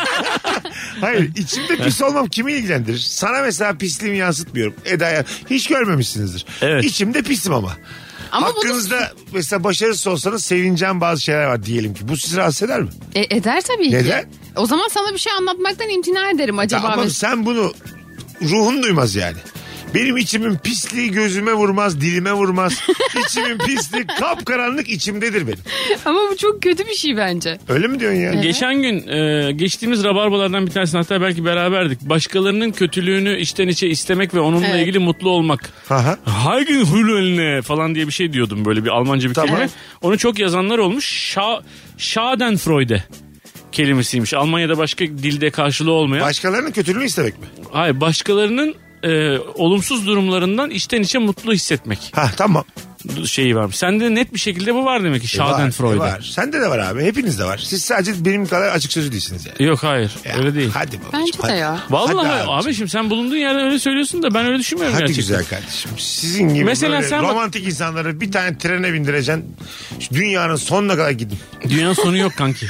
Hayır, içimde pis olmam kimi ilgilendirir? Sana mesela pisliğimi yansıtmıyorum. Eda'ya hiç görmemişsinizdir. Evet. İçimde pisim ama. Ama bunu Hakkınızda mesela başarısız olsanız sevineceğim bazı şeyler var diyelim ki. Bu sizi rahatsız eder mi? E, eder tabii ki. Neden? O zaman sana bir şey anlatmaktan imtina ederim acaba. Ama Mes- sen bunu ruhun duymaz yani. Benim içimin pisliği gözüme vurmaz, dilime vurmaz. İçimin pisliği kapkaranlık içimdedir benim. Ama bu çok kötü bir şey bence. Öyle mi diyorsun ya? Geçen gün e, geçtiğimiz rabarbalardan bir tanesini hatta belki beraberdik. Başkalarının kötülüğünü içten içe istemek ve onunla Evet. ilgili mutlu olmak. Aha. Heigenhülne falan diye bir şey diyordum, böyle bir Almanca bir Tamam. kelime. Onu çok yazanlar olmuş. Scha Schadenfreude kelimesiymiş. Almanya'da başka dilde karşılığı olmayan. Başkalarının kötülüğünü istemek mi? Hayır, başkalarının e, olumsuz durumlarından içten içe mutlu hissetmek Ha tamam. şeyi varmış. Sende net bir şekilde bu var demek ki, Schadenfreude. Var, var. Sende de var abi. Hepinizde var. Siz sadece benim kadar açık sözlü değilsiniz yani. Yok hayır, Ya, öyle değil. Hadi babacığım. Bence de hadi. ya. Vallahi Hadi abi, abicim. şimdi sen bulunduğun yerden öyle söylüyorsun da ben öyle düşünmüyorum Hadi gerçekten. güzel kardeşim. Sizin gibi Mesela böyle sen bak- romantik insanları bir tane trene bindireceksin. Şu dünyanın sonuna kadar gidin. Dünyanın sonu yok kanki.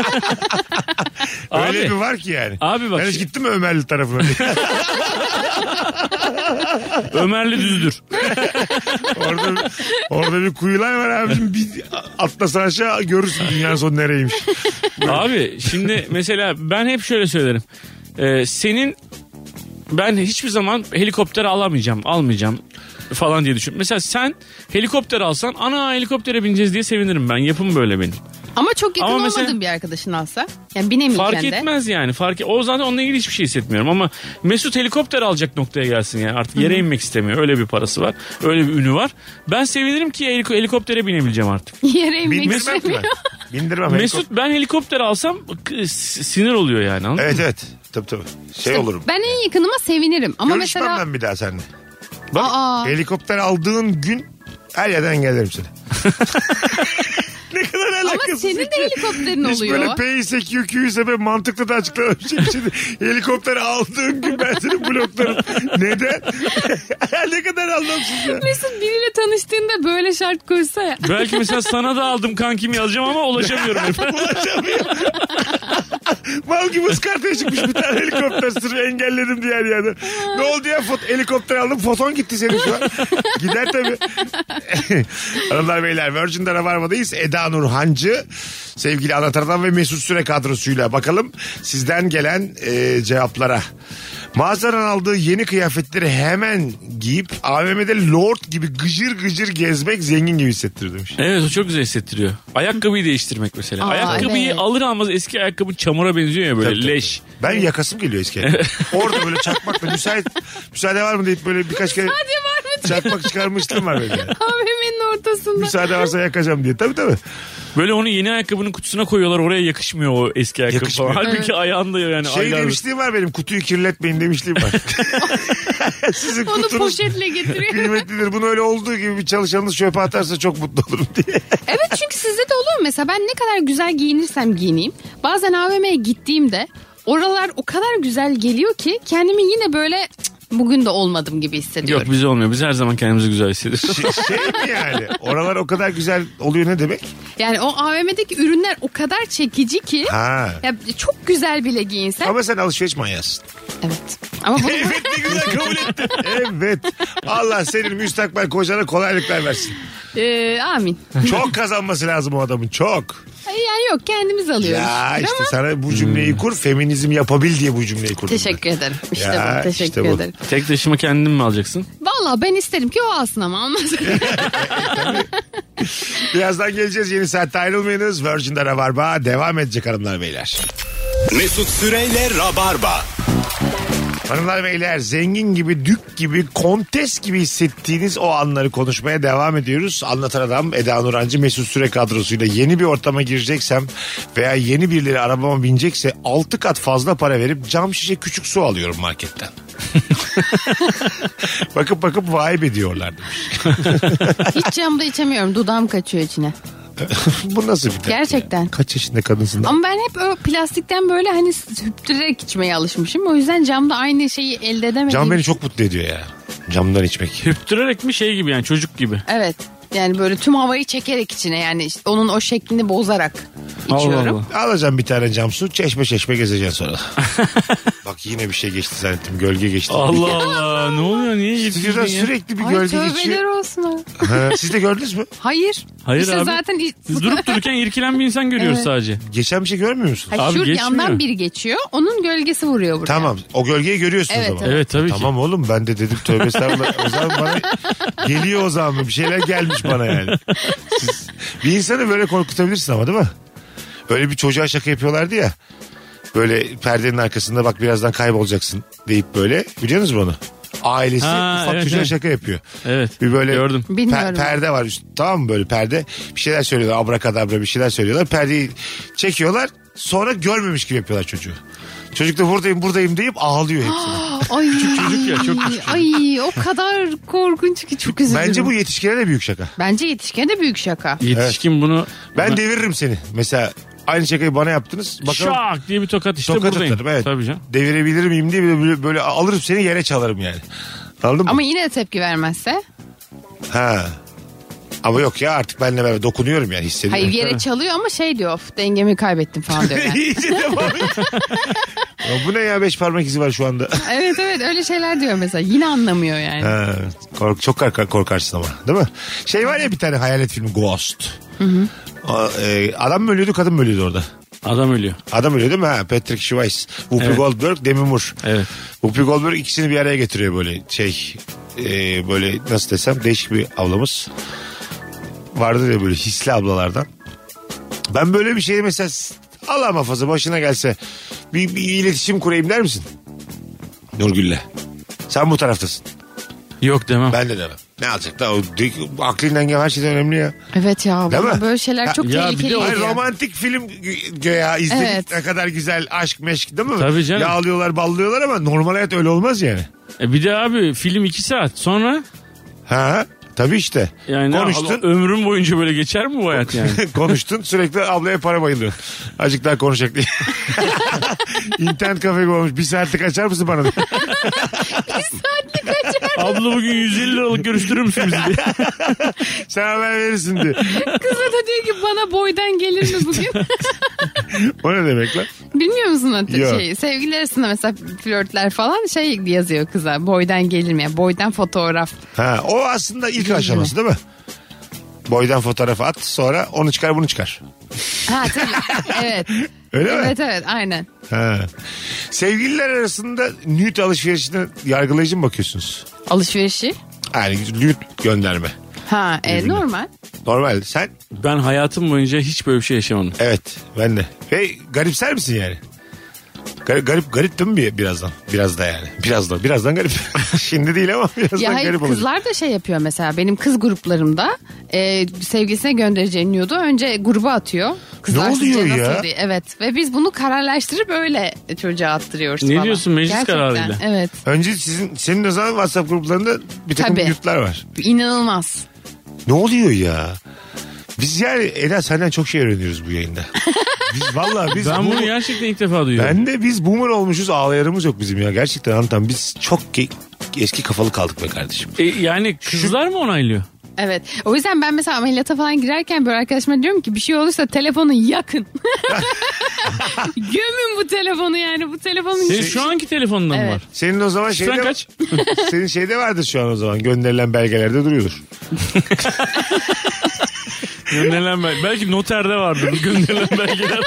Öyle Abi. bir var ki yani. Abi bak- Ben hiç gittim mi Ömerli tarafına? Ömerli düzdür. orada, orada bir kuyular var abicim. Bir atlasan aşağı görürsün dünyanın sonu nereymiş. Abi şimdi mesela ben hep şöyle söylerim. Ee, senin ben hiçbir zaman helikopter alamayacağım, almayacağım falan diye düşün. Mesela sen helikopter alsan, ana helikoptere bineceğiz diye sevinirim ben. Yapım böyle benim. Ama çok yakın Ama mesela- olmadığın bir arkadaşın alsa. Yani binemeyken Fark de. etmez yani. Fark o zaten onunla ilgili hiçbir şey hissetmiyorum ama Mesut helikopter alacak noktaya gelsin yani. Artık yere inmek istemiyor. Öyle bir parası var. Öyle bir ünü var. Ben sevinirim ki helik- helikoptere binebileceğim artık. Yere inmek Bindirmem ki istemiyor. ben. Bindirmem. Mesut ben helikopter alsam k- s- sinir oluyor yani. Anladın Evet mı? evet. Tabii tabii. Şey olurum. Ben en yakınıma sevinirim. Ama Görüşmem mesela... ben bir daha seninle. Bak Aa. helikopter aldığın gün her yerden engellerim seni. Ne kadar alakasız. Ama senin de bir şey. helikopterin Hiç oluyor. böyle P ise Q Q'yu ise böyle mantıklı da açıklanabilecek bir şey değil. Helikopter aldığın gün ben seni bloklarım. Neden? Ne kadar anlamsız ya. Mesut biriyle tanıştığında böyle şart koysa ya. Belki mesela sana da aldım kankimi alacağım ama ulaşamıyorum efendim. Ulaşamıyor. Mal gibi ıskartaya çıkmış bir tane helikopter sırf engelledim diğer yerde. Ne oldu ya? Fot helikopter aldım, foton gitti senin şu an. Gider tabii. Hanımlar beyler, Virgin'de Rabarba'dayız. Eda Nur Hancı, sevgili Anlatan ve Mesut Süre kadrosuyla bakalım sizden gelen e, cevaplara. Mağazadan aldığı yeni kıyafetleri hemen giyip A V M'de lord gibi gıcır gıcır gezmek zengin gibi hissettirir demiş. Evet, o çok güzel hissettiriyor. Ayakkabıyı değiştirmek mesela. Aa, Ayakkabıyı evet. alır almaz eski ayakkabı çamur çamura benziyor ya böyle Tabii, tabii. leş. Ben yakasım geliyor iskelede. Orada böyle çakmakla müsait, müsaade var mı deyip böyle birkaç kere Hadi var mı? çakmak çıkarmıştım var böyle. Yani. A V M'nin ortasında. Müsaade varsa yakacağım diye. Tabii tabii. Böyle onu yeni ayakkabının kutusuna koyuyorlar, oraya yakışmıyor o eski ayakkabı Yakışmıyor. falan. Halbuki ayağında yani Şey aylardır. demişliğim var benim, kutuyu kirletmeyin demişliğim var. Sizin Onu kutunuz poşetle getiriyor. kıymetlidir. Bunu öyle olduğu gibi bir çalışanınız çöpe atarsa çok mutlu olurum diye. Evet, çünkü sizde de oluyor mesela, ben ne kadar güzel giyinirsem giyineyim. Bazen A V M'ye gittiğimde oralar o kadar güzel geliyor ki kendimi yine böyle cık, bugün de olmadım gibi hissediyorum. Yok, bize olmuyor. Biz her zaman kendimizi güzel hissediyoruz. Şey, şey mi yani? Oralar o kadar güzel oluyor ne demek? Yani o A V M'deki ürünler o kadar çekici ki Ha. ya çok güzel bile giyinsen. Ama sen alışveriş manyasın. Evet. Ama bunu Evet, ne güzel kabul ettin. Evet. Allah senin müstakbel kocana kolaylıklar versin. Ee, amin. Çok kazanması lazım o adamın, çok. Yani yok, kendimiz alıyoruz. Ya işte Ama sana bu cümleyi kur, feminizm yapabil diye bu cümleyi kurdum. teşekkür ederim. İşte Ya, bu. Teşekkür işte bu. ederim. Tek taşıma kendin mi alacaksın? Valla ben isterim ki o alsın ama almaz. Birazdan geleceğiz, yeni saatte ayrılmayınız. Virgin'de Rabarba devam edecek hanımlar beyler. Mesut Süreyle Rabarba. Hanımlar beyler, zengin gibi, dük gibi, kontes gibi hissettiğiniz o anları konuşmaya devam ediyoruz. Anlatan Adam Eda Nurancı Mesut Süre kadrosuyla yeni bir ortama gireceksem veya yeni birileri arabama binecekse altı kat fazla para verip cam şişe küçük su alıyorum marketten. bakıp bakıp vibe ediyorlar demiş. Hiç camda içemiyorum. Dudağım kaçıyor içine. Bu nasıl bir tepki? Gerçekten. Ya? Kaç yaşında kadınsın? Ama ben hep o plastikten böyle hani hüptürerek içmeye alışmışım. O yüzden camda aynı şeyi elde edemedim. Cam beni çok mutlu ediyor ya. Camdan içmek. Hüptürerek mi, şey gibi yani, çocuk gibi? Evet. Yani böyle tüm havayı çekerek içine, yani işte onun o şeklini bozarak içiyorum. Allah Allah. Alacağım bir tane cam su, çeşme çeşme gezeceksin sonra. Bak yine bir şey geçti zannettim, gölge geçti. Allah Allah, ne oluyor, niye Stüdyodan getirdin ya? sürekli bir Ay gölge tövbeler geçiyor. olsun. abi. Ha, siz de gördünüz mü? Hayır. Hayır işte abi. zaten Biz durup dururken irkilen bir insan görüyoruz sadece. Geçen bir şey görmüyor musunuz? Hayır, Abi şu geçmiyor. yandan biri geçiyor. Onun gölgesi vuruyor buraya. Tamam, o gölgeyi görüyorsunuz Evet, ama. evet. Evet, tabii ki. Tamam oğlum, ben de dedim tövbe estağfurullah. O zaman bana geliyor, o zaman bir şeyler gelmiş bana yani. Siz, bir insanı böyle korkutabilirsin ama, değil mi? Öyle bir çocuğa şaka yapıyorlardı ya. Böyle perdenin arkasında bak birazdan kaybolacaksın deyip böyle, biliyor musunuz bunu? Ailesi Ha, ufak evet, çocuğa evet. şaka yapıyor. Evet, Bir böyle gördüm. Bilmiyorum. per- perde var üst, tamam mı, böyle perde, bir şeyler söylüyorlar, abrakadabra bir şeyler söylüyorlar, perdeyi çekiyorlar, sonra görmemiş gibi yapıyorlar çocuğu. Çocuk da buradayım buradayım deyip ağlıyor hepsine. Ay, çocuk ya, çok küçük. Ay o kadar korkunç ki çok üzüldüm. Bence bu yetişkine de büyük şaka. Bence yetişkine de büyük şaka. Yetişkin bunu... Ben deviririm seni. Mesela aynı şakayı bana yaptınız. Bakalım, Şak diye bir tokat işte tokat buradayım. atarım, evet. Tabii canım. Devirebilir miyim diye böyle, böyle, böyle alırım seni, yere çalarım yani. Anladın mı? Ama yine de tepki vermezse. Ha. Ama yok ya, artık benimle beraber dokunuyorum yani, hissediyorum. Hayır, yere çalıyor ama şey diyor, of, dengemi kaybettim falan diyor yani. İyice devam et. Ya bu ne ya, beş parmak izi var şu anda. Evet evet, öyle şeyler diyor mesela. Yine anlamıyor yani. Ha, kork, çok korkar, korkarsın ama, değil mi? Şey var ya, bir tane hayalet filmi, Ghost. Hı hı. O, e, adam mı ölüyordu, kadın mı ölüyordu orada? Adam ölüyor. Adam ölüyor değil mi? Ha, Patrick Swayze, Whoopi Evet. Goldberg, Demi Moore. Evet. Whoopi Goldberg ikisini bir araya getiriyor böyle şey, e, böyle nasıl desem, değişik bir ablamız. Vardır ya böyle hisli ablalardan. Ben böyle bir şey mesela, Allah muhafaza başına gelse bir, bir iletişim kurayım der misin? Nurgül'le. Sen bu taraftasın. Yok demem. Ben de demem. Ne alacak da o aklın dengem her şeyden önemli ya. Evet ya, Değil bana mi? böyle şeyler Ha, çok ya bir tehlikeli de o- Hayır, geliyor. romantik film gö- göya izledik, Evet. ne kadar güzel aşk meşk, değil mi? Tabii canım. Yağlıyorlar ballıyorlar ama normal hayat öyle olmaz yani. E bir de abi film iki saat sonra Ha tabii işte. yani Konuştun. Allah, ömrüm boyunca böyle geçer mi bu hayat yani? Konuştun, sürekli ablaya para bayılıyorsun. Azıcık daha konuşacak diye. İnternet kafe olmuş. Bir saatlik açar mısın bana? Abla bugün yüz elli liralık görüştürür müsün bizi diye. Sen haber verirsin diye. Kız da diyor ki bana boydan gelir mi bugün? O ne demek lan? Bilmiyor musun hatta Yok. şey, sevgili arasında mesela flörtler falan şey yazıyor kıza, boydan gelir mi? Yani boydan fotoğraf. Ha, o aslında ilk aşaması değil mi? Boydan fotoğraf at, sonra onu çıkar bunu çıkar. Ha tabii. Evet. Öyle mi? Evet evet, aynen. Ha. Sevgililer arasında nude alışverişine yargılayıcı mı bakıyorsunuz? Alışverişi. Yani nude gönderme. Ha e, Birbirine. normal. Normal. Sen? Ben hayatım boyunca hiç böyle bir şey yaşamadım. Evet, ben de. Ve garipser misin yani? Garip, garip, garip değil mi bir- birazdan? Biraz da yani. Birazdan, birazdan garip. Şimdi değil ama birazdan Ya hayır, garip olacak. kızlar da şey yapıyor mesela. Benim kız gruplarımda e, sevgilisine göndereceği nude'u önce gruba atıyor. Kızlar Ne sizce oluyor nasıl ya? diye. Evet, ve biz bunu kararlaştırıp öyle çocuğa attırıyoruz Ne falan. diyorsun, meclis Gerçekten, kararıyla? Evet. Önce sizin senin o zaman WhatsApp gruplarında bir takım Tabii. yurtlar var. İnanılmaz. Ne oluyor ya? Biz yani Eda senden çok şey öğreniyoruz bu yayında. Biz vallahi biz Ben bu- bunu gerçekten ilk defa duyuyorum. Ben de biz boomer olmuşuz, ağlayarımız yok bizim ya. Gerçekten anlatan biz çok ge- eski kafalı kaldık be kardeşim. E, yani kızlar mı onaylıyor? Evet. O yüzden ben mesela ameliyata falan girerken böyle arkadaşıma diyorum ki bir şey olursa telefonu yakın. Gömün bu telefonu yani. Bu telefonun Senin şu anki telefonunda mı Evet. var? Senin o zaman Şifren şeyde... kaç? Senin şeyde vardır şu an o zaman. Gönderilen belgelerde duruyordur. Gönderilen bel- belki noterde vardır bu gönderilen belgeler.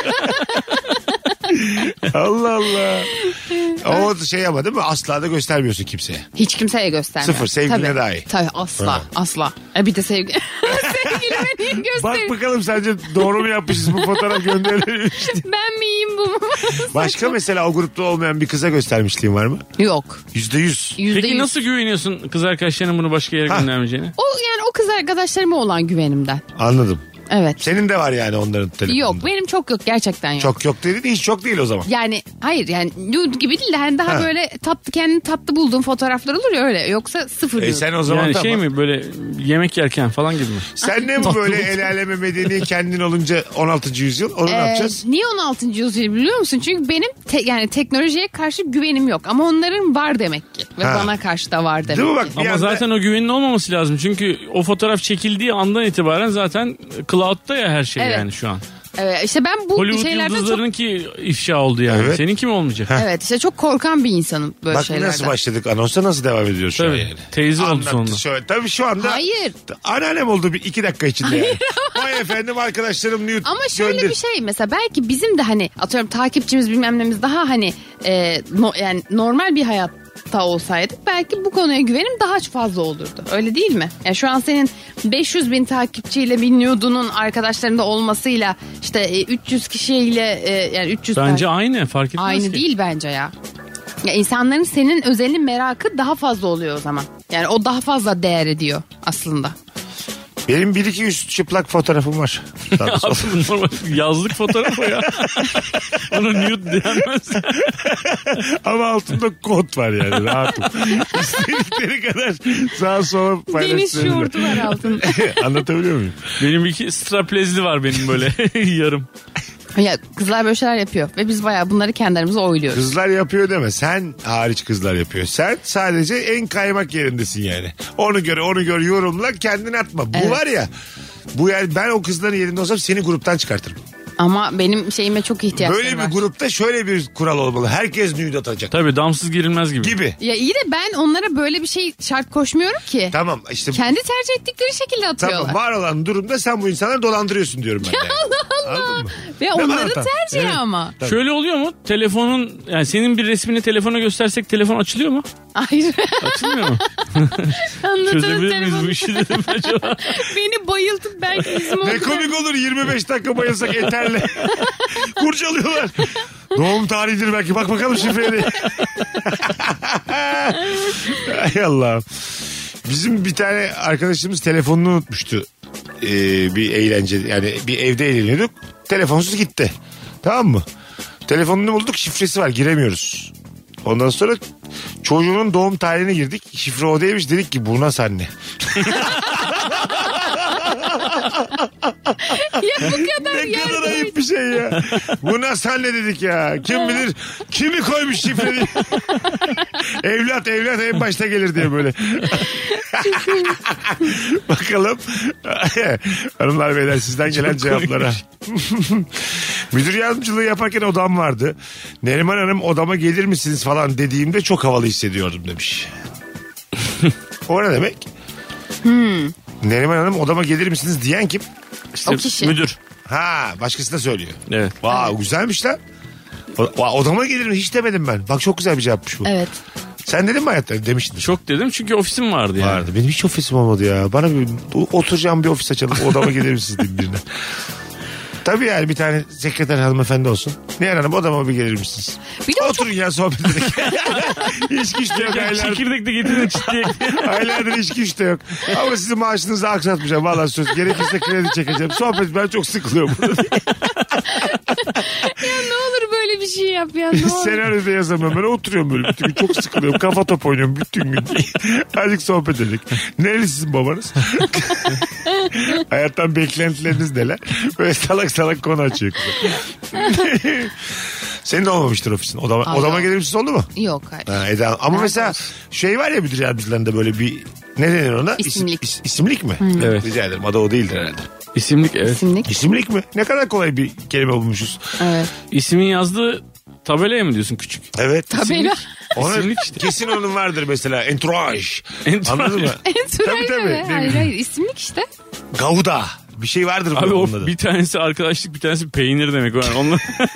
Allah Allah. O şey ama değil mi? Asla da göstermiyorsun kimseye. hiç kimseye göstermiyor. Sıfır, sevgiline Tabii. dahi. Tabii asla Ha. asla. E bir de sevgi. Sevgilime niye Bak göstereyim? bakalım sence doğru mu yapmışız bu fotoğraf gönderilmiş. Ben miyim bu mu? Başka mesela o grupta olmayan bir kıza göstermişliğin var mı? Yok. Yüzde yüz. Yüzde Peki yüz. nasıl güveniyorsun kız arkadaşlarının bunu başka yere Ha. göndermeyeceğine? O yani o kız arkadaşlarıma olan güvenimden. Anladım. Evet. Senin de var yani onların telefonunda. Yok benim çok yok gerçekten yok. Çok yok dedi de hiç çok değil o zaman. Yani hayır yani nude gibi değil de hani daha Ha. böyle tatlı kendini tatlı bulduğum fotoğraflar olur ya öyle. Yoksa sıfır E nude. sen o zaman Yani tamam. şey mi böyle yemek yerken falan gibi mi? Sen ne bu böyle el aleme medeni kendin olunca on altıncı yüzyıl onu ne Ee, yapacağız? niye on altıncı yüzyıl biliyor musun? Çünkü benim te- yani teknolojiye karşı güvenim yok. Ama onların var demek ki. Ve Ha. bana karşı da var demek Değil mi bak ki. bir Ama anda... zaten o güvenin olmaması lazım. Çünkü o fotoğraf çekildiği andan itibaren zaten cloud'da ya her şey Evet. yani şu an. Evet, işte ben bu Hollywood şeylerden çok... yıldızlarınınki ifşa oldu yani. Evet. Seninki mi olmayacak? Evet işte çok korkan bir insanım böyle Bak şeylerden. nasıl başladık anonsa nasıl devam ediyoruz şu an Tabii. yani. Teyze oldu Anlattı sonunda. şöyle. Tabii şu anda Hayır. anneannem oldu bir iki dakika içinde yani. Vay efendim arkadaşlarım nude Ama şöyle gönder. bir şey mesela belki bizim de hani atıyorum takipçimiz bilmem nemiz daha hani e, no, yani normal bir hayatta olsaydık belki bu konuya güvenim daha fazla olurdu. Öyle değil mi? Yani şu an senin beş yüz bin takipçiyle bir nude'unun arkadaşlarında olmasıyla işte e, üç yüz kişiyle e, yani üç yüz Bence takip- aynı fark etmez aynı ki. değil bence ya. Ya insanların senin özelin merakı daha fazla oluyor o zaman. Yani o daha fazla değer ediyor aslında. Benim bir iki üst çıplak fotoğrafım var. Sağda solda. Abi bu normal yazlık fotoğraf o ya. Ona nude denmez. Ama altında kod var yani rahatım. İstedikleri kadar sağa sola Deniz paylaşsınlar. şortu var altında. Anlatabiliyor muyum? Benim iki straplezli var benim böyle yarım. Ya kızlar böyle şeyler yapıyor ve biz bayağı bunları kendilerimize oyluyoruz. Kızlar yapıyor deme. Sen hariç kızlar yapıyor. Sen sadece en kaymak yerindesin yani. Onu gör, onu gör, yorumla, kendini atma. Bu Evet. var ya. Bu yani ben o kızların yerinde olsam seni gruptan çıkartırım. Ama benim şeyime çok ihtiyaçları Böyle bir var. grupta şöyle bir kural olmalı. Herkes nude atacak. Tabii damsız girilmez gibi. Gibi. Ya iyi de ben onlara böyle bir şey şart koşmuyorum ki. Tamam işte. Kendi tercih ettikleri şekilde atıyorlar. Tamam var olan durumda sen bu insanları dolandırıyorsun diyorum ben. Yani. Allah Allah. Anladın mı? Ve Değil mi onların Anlatan? tercihi Evet. ama. Tabii. Şöyle oluyor mu? Telefonun yani senin bir resmini telefona göstersek telefon açılıyor mu? Hayır. Açılmıyor mu? Anlatanın Çözebilir miyiz telefonu. bu işi dedim acaba? Beni bayıltıp belki yüzüme Ne okudu. komik olur yirmi beş dakika bayılsak eterle. Kurcalıyorlar. Doğum tarihidir belki. Bak bakalım şifreni. Ay Allah'ım. Bizim bir tane arkadaşımız telefonunu unutmuştu. Ee, bir eğlence yani bir evde eğleniyorduk. Telefonsuz gitti. Tamam mı? Telefonunu bulduk, şifresi var, giremiyoruz. Ondan sonra çocuğunun doğum tarihine girdik. Şifre o değilmiş, dedik ki bu nasıl anne? Ya bu kadar Ne kadar yardım. ayıp bir şey ya. Bu nasıl anne dedik ya. Kim bilir kimi koymuş şifreyi. Evlat evlat en başta gelir diye böyle. Bakalım. Hanımlar beyler sizden gelen cevaplara. Müdür yardımcılığı yaparken odam vardı. Neriman Hanım odama gelir misiniz falan dediğimde çok havalı hissediyordum demiş. O ne demek? Hmm. Neriman Hanım odama gelir misiniz diyen kim? İşte O kişi. müdür. Ha başkası da söylüyor. Evet. Vay güzelmiş lan. O- Odama gelir mi? Hiç demedim ben. Bak çok güzel bir cevapmış bu. Evet. Sen dedin mi hayatta? Demiştin. Çok dedim çünkü ofisim vardı yani. Vardı. Benim hiç ofisim olmadı ya. Bana bir oturacağım bir ofis açalım. Odama gelir misiniz diyeyim birine. Tabii yani bir tane sekreter hanımefendi olsun. Nihal Hanım odama bir gelir misiniz? Bir de o Oturun ya sohbet edelim. İş güç de yok aylardır. Çekirdek de getirin çıtlayık. Aylardır iş güç de yok. Ama sizin maaşınızı aksatmayacağım. Valla söz. Gerekirse kredi çekeceğim. Sohbet ben çok sıkılıyorum burada. Ya ne olur böyle bir şey yap ya ne olur. Senaryoda yazamıyorum. Ben oturuyorum böyle bütün gün. Çok sıkılıyorum. Kafa top oynuyorum bütün gün. Azıcık sohbet edelim. Nereli sizin babanız? Hayattan beklentileriniz neler? Böyle salak salak konu açıyor. Senin de olmamıştır ofisin. Odama, Aa, odama yok. gelir misin oldu mu? Yok hayır. Ha, Eda. Ama Nerede mesela olsun? şey var ya müdür yardımcılarında böyle bir ne denir ona? İsimlik. İsim, is- isimlik mi? Evet. Rica ederim. Adı o değildir herhalde. İsimlik evet. Kesinlikle. İsimlik mi? Ne kadar kolay bir kelime bulmuşuz. Evet. İsmin yazdığı tabelaya mı diyorsun küçük? Evet. Tabela. Ona İsimlik işte. kesin onun vardır mesela. Entourage. Entourage. Anladın mı? Entourage Tabii, tabii. mi? Hayır hayır isimlik işte. Gouda. Bir şey vardır Abi bunun o adı. bir tanesi arkadaşlık bir tanesi peynir demek. Yani onunla...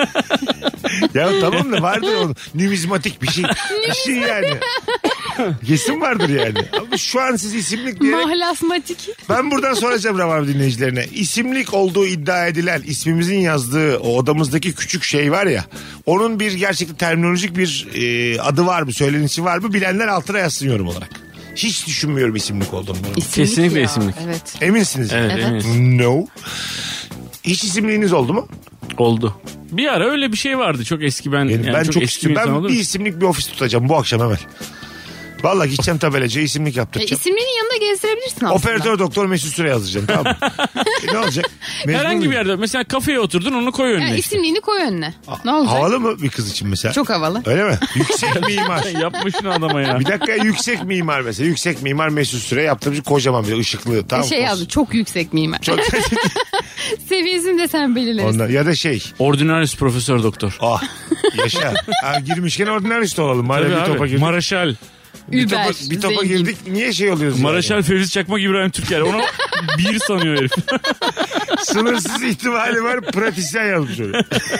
Ya tamam da vardır onun. Numizmatik bir şey. bir şey yani. Kesin vardır yani. Ama şu an siz isimlik diyerek Mahlasmatik. ben buradan soracağım Rabarba dinleyicilerine. İsimlik olduğu iddia edilen ismimizin yazdığı o odamızdaki küçük şey var ya. Onun bir gerçekten terminolojik bir e, adı var mı? Söylenişi var mı? Bilenler altına yazsın yorum olarak. Hiç düşünmüyorum isimlik olduğunu. İsimlik Kesinlikle ya. isimlik. Evet. Eminsiniz. Evet, Evet. eminim. No. Hiç isimliğiniz oldu mu? Oldu. Bir ara öyle bir şey vardı. Çok eski ben. Benim, yani ben çok, çok eski bir istiyorum. insan Ben olur. bir isimlik bir ofis tutacağım bu akşam hemen. Vallahi gideceğim tabelacıya isimlik E, yaptıracağım. isimliğinin yanında gezdirebilirsin aslında. Operatör doktor Mesut Süre yazacağım tamam mı? E, ne olacak? Mecbur Herhangi muyum? bir yerde mesela kafeye oturdun onu koy önüne. Yani işte. isimliğini koy önüne. Ne olacak? Havalı mı bir kız için mesela? Çok havalı. Öyle mi? Yüksek mimar. Yapma şunu adama ya. Bir dakika yüksek mimar mesela. Yüksek mimar Mesut Süre yaptırmış kocaman bir ışıklı. Tamam, şey yazdı çok yüksek mimar. Çok Seviyesini de sen belirlersin. Ondan, ya da şey. Ordinarius profesör doktor. Ah yaşa. Ha, girmişken ordinarist olalım. Madem Tabii bir topa abi. girdik. Maraşal. bir topa, Über, bir topa zengin. girdik. Niye şey oluyoruz? Maraşal yani? Fevzi Çakmak İbrahim Türker. Onu bir sanıyor herif. Sınırsız ihtimali var. Pratisyen yazmış öyle.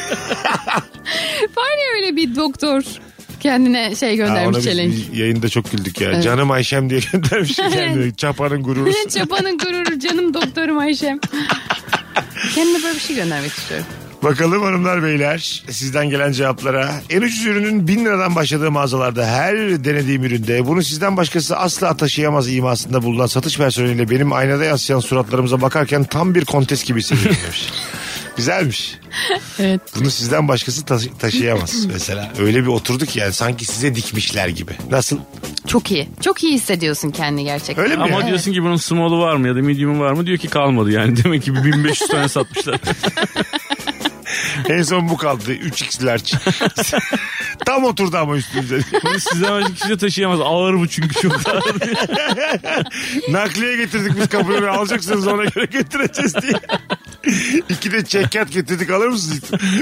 Var ya öyle bir doktor kendine şey Ha, ona göndermiş biz challenge. bir yayında çok güldük ya. Evet. Canım Ayşem diye göndermiş kendine. Çapanın gururu. Çapanın gururu canım doktorum Ayşem. Kendine böyle bir şey göndermek istiyorum. Bakalım hanımlar beyler sizden gelen cevaplara. En ucuz ürünün bin liradan başladığı mağazalarda her denediğim üründe bunu sizden başkası asla taşıyamaz imasında bulunan satış personeliyle benim aynada yansıyan suratlarımıza bakarken tam bir kontes gibi hissediyorum demiş. Güzelmiş. Evet. Bunu sizden başkası taşı- taşıyamaz mesela. Öyle bir oturduk yani sanki size dikmişler gibi. Nasıl? Çok iyi. Çok iyi hissediyorsun kendini gerçekten. Öyle mi? Ama ya? diyorsun ki bunun small'u var mı ya da medium'u var mı? Diyor ki kalmadı yani. Demek ki bin beş yüz tane satmışlar. En son bu kaldı. üç x large. Tam oturdu ama üstünüze. Bunu sizden başka kimse taşıyamaz. Ağır bu çünkü çok ağır. Nakliye getirdik biz kapıya alacaksınız ona göre götüreceğiz diye. İki de çekyat getirdik alır mısınız?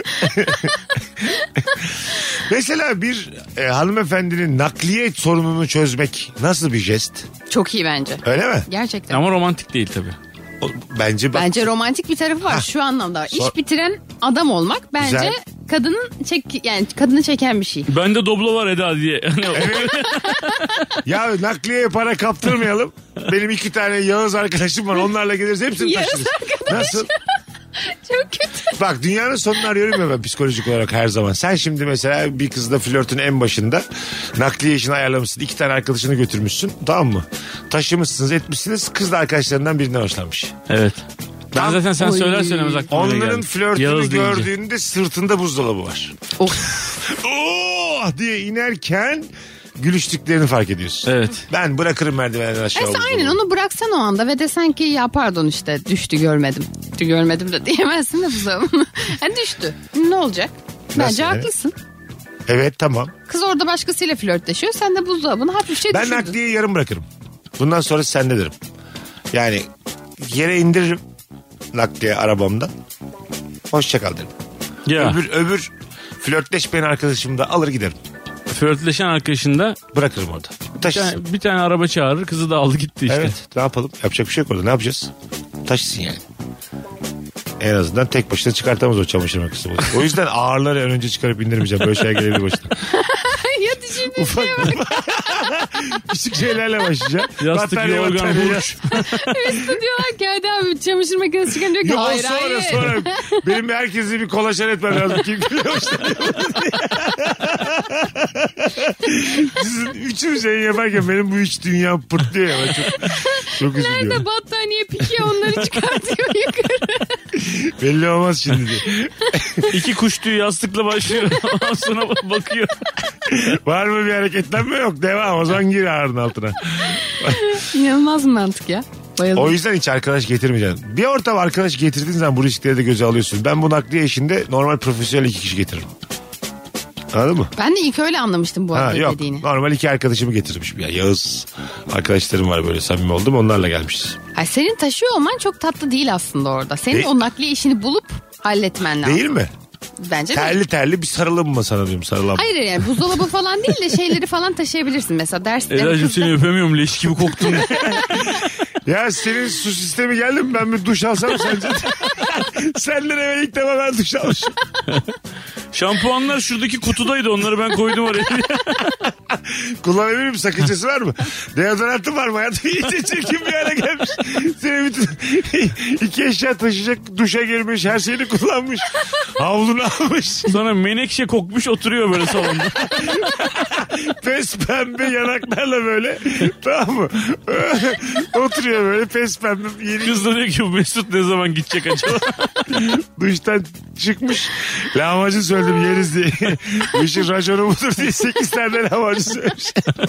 Mesela bir e, hanımefendinin nakliye sorununu çözmek nasıl bir jest? Çok iyi bence. Öyle mi? Gerçekten. Ama romantik değil tabii. O, bence bak, Bence romantik bir tarafı var şu anlamda. İş Sor- bitiren adam olmak bence Güzel. kadının çek yani kadını çeken bir şey. Bende Doblo var Eda diye. Hani ya nakliyeye para kaptırmayalım. Benim iki tane Yağız arkadaşım var onlarla geliriz hepsini Yağız taşırız. Nasıl? Çok kötü. Bak dünyanın sonunu arıyorum ya ben psikolojik olarak her zaman. Sen şimdi mesela bir kızla flörtün en başında nakliye işini ayarlamışsın. İki tane arkadaşını götürmüşsün tamam mı? Taşımışsınız etmişsiniz kız da arkadaşlarından birinden hoşlanmış. evet. Ben Tam- zaten sen Oy. söyler söylemez aklıma öyle Onların geldi. flörtünü Yağız deyince. gördüğünde sırtında buzdolabı var. Of. Oh diye inerken gülüştüklerini fark ediyorsun. Evet. Ben bırakırım merdivenden aşağı. Mesela buzdolabı. aynen onu bıraksan o anda ve desen ki ya pardon işte düştü görmedim. Düştü görmedim de diyemezsin de buzdolabına. Yani düştü. Ne olacak? Bence yani? haklısın. Evet tamam. Kız orada başkasıyla flörtleşiyor. Sen de buzdolabını hafifçe Ben düşürdün. nakliyeyi yarım bırakırım. Bundan sonra sende derim. Yani yere indiririm nakliye arabamdan. Hoşça kal derim. Ya Öbür, öbür flörtleşmeyen arkadaşımı da alır giderim. flörtleşen arkadaşın da Bırakırım orada. bir Taşısın. tane, bir tane araba çağırır kızı da aldı gitti işte. Evet ne yapalım? Yapacak bir şey yok orada. Ne yapacağız? Taşısın yani. En azından tek başına çıkartamaz o çamaşır makinesi. O yüzden ağırları ön önce çıkarıp indirmeyeceğim. Böyle şey gelebilir başına. ya düşündüğün Ufak, Küçük şeylerle başlayacaksın. Yastık, Battaniye, yorgan, battaniye. burç. Üstü diyorlar ki hadi abi çamaşır makinesi çıkan diyor ki Yok o hayır sonra hayır. sonra. Benim herkesi bir kolaçan etmem lazım. Kim biliyor Sizin üçüm şey yaparken benim bu üç dünya pırtlıyor ya. Ben çok, çok üzülüyorum. Nerede battaniye piki onları çıkartıyor yukarı. Belli olmaz şimdi de. İki kuş tüyü yastıkla başlıyor. Ondan sonra bakıyor. Var mı bir hareketlenme yok. Devam o zaman gir ağrının altına. İnanılmaz mantık ya. Bayıldım. O yüzden hiç arkadaş getirmeyeceksin. Bir ortam arkadaş getirdiğin zaman bu riskleri de göze alıyorsun. Ben bu nakliye işinde normal profesyonel iki kişi getiririm. Anladın mı? Ben de ilk öyle anlamıştım bu Ha, arada yok. dediğini. Normal iki arkadaşımı getirmişim. Ya Yağız arkadaşlarım var böyle samimi oldum onlarla gelmişiz. Ay senin taşıyor olman çok tatlı değil aslında orada. Senin Değil. o nakliye işini bulup halletmen lazım. Değil mi? Bence de. Terli terli bir sarılım mı sana diyorum sarılam. Hayır yani buzdolabı falan değil de şeyleri falan taşıyabilirsin. Mesela dersleri Eda'cığım kızda... seni öpemiyorum leş gibi koktun. Ya senin su sistemi geldi mi ben bir duş alsam sence? Senden evvel ilk defa ben duş almışım. Şampuanlar şuradaki kutudaydı, onları ben koydum oraya. Kullanabilir miyim? Sakıncası var mı? Deodorantın var mı? Hayatım iyice çirkin bir hale gelmiş. Senin bütün iki eşya taşıyacak, duşa girmiş, her şeyini kullanmış. Havlunu almış. Sonra menekşe kokmuş oturuyor böyle salonda. Pes pembe yanaklarla böyle. Tamam mı? Oturuyor böyle pes pembe. Yeni Kız da diyor ki bu Mesut ne zaman gidecek acaba? duştan çıkmış. Lahmacun söyledim yeriz diye. Bu işin raconu budur diye sekiz tane lahmacun söylemiş.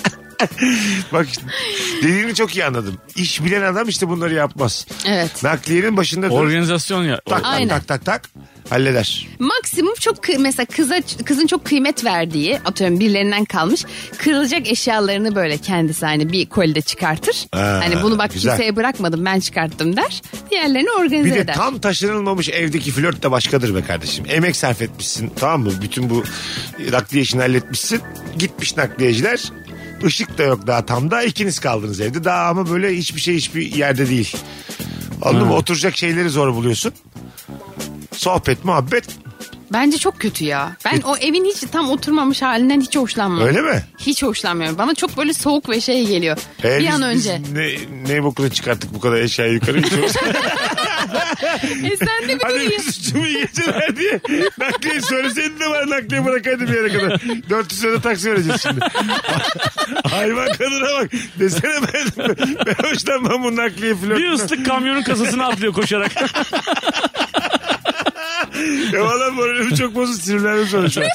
Bak dediğini çok iyi anladım. İş bilen adam işte bunları yapmaz. Evet. Nakliyenin başında dur. Organizasyon ya. Tak tak Aynen. tak tak tak halleder. Maksimum çok kı- mesela kıza kızın çok kıymet verdiği atıyorum birilerinden kalmış kırılacak eşyalarını böyle kendisi hani bir kolide çıkartır. Ha, hani bunu bak güzel. kimseye bırakmadım ben çıkarttım der. Diğerlerini organize Bir de eder. tam taşınılmamış evdeki flört de başkadır be kardeşim. Emek sarf etmişsin tamam mı? Bütün bu nakliye işini halletmişsin. Gitmiş nakliyeciler. Işık da yok daha tam da ikiniz kaldınız evde. Daha ama böyle hiçbir şey hiçbir yerde değil. Anladın mı? Oturacak şeyleri zor buluyorsun. Sohbet, muhabbet. Bence çok kötü ya. Ben o evin hiç tam oturmamış halinden hiç hoşlanmam. Öyle mi? Hiç hoşlanmıyorum. Bana çok böyle soğuk ve şey geliyor. Ee, bir biz- an önce. Biz ne, ne bokunu çıkarttık bu kadar eşyayı yukarı. E sen de bir Hadi dur ya. Mesut'cum iyi geceler diye. Nakliye söyleseydin de var nakliye bırakaydı bir yere kadar. dört yüz lira taksi vereceğiz şimdi. Hayvan kadına bak. Desene ben, ben hoşlanmam bu nakliye flörtünden. Bir ıslık kamyonun kasasına atlıyor koşarak. Ya valla moralimi çok bozdu sinirlendim sonra şu an.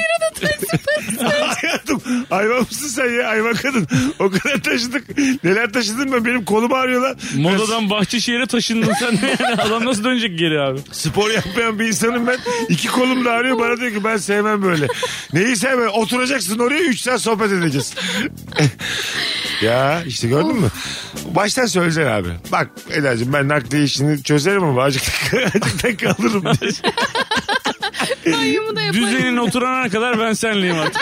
Hayatım hayvan mısın sen ya hayvan kadın. O kadar taşıdık. Neler taşıdın ben benim kolum ağrıyor lan. Modadan Bahçeşehir'e taşındın sen de yani. Adam nasıl dönecek geri abi? Spor yapmayan bir insanım ben. İki kolum da ağrıyor bana diyor ki ben sevmem böyle. Neyi sevmem? Oturacaksın oraya üç saat sohbet edeceğiz. Ya işte gördün mü? Baştan söyleyeceksin abi. Bak Eda'cığım ben nakliye işini çözerim ama acıktan, acıktan kalırım diye. Banyomu da yaparım. Düzenin oturana kadar ben senleyim artık.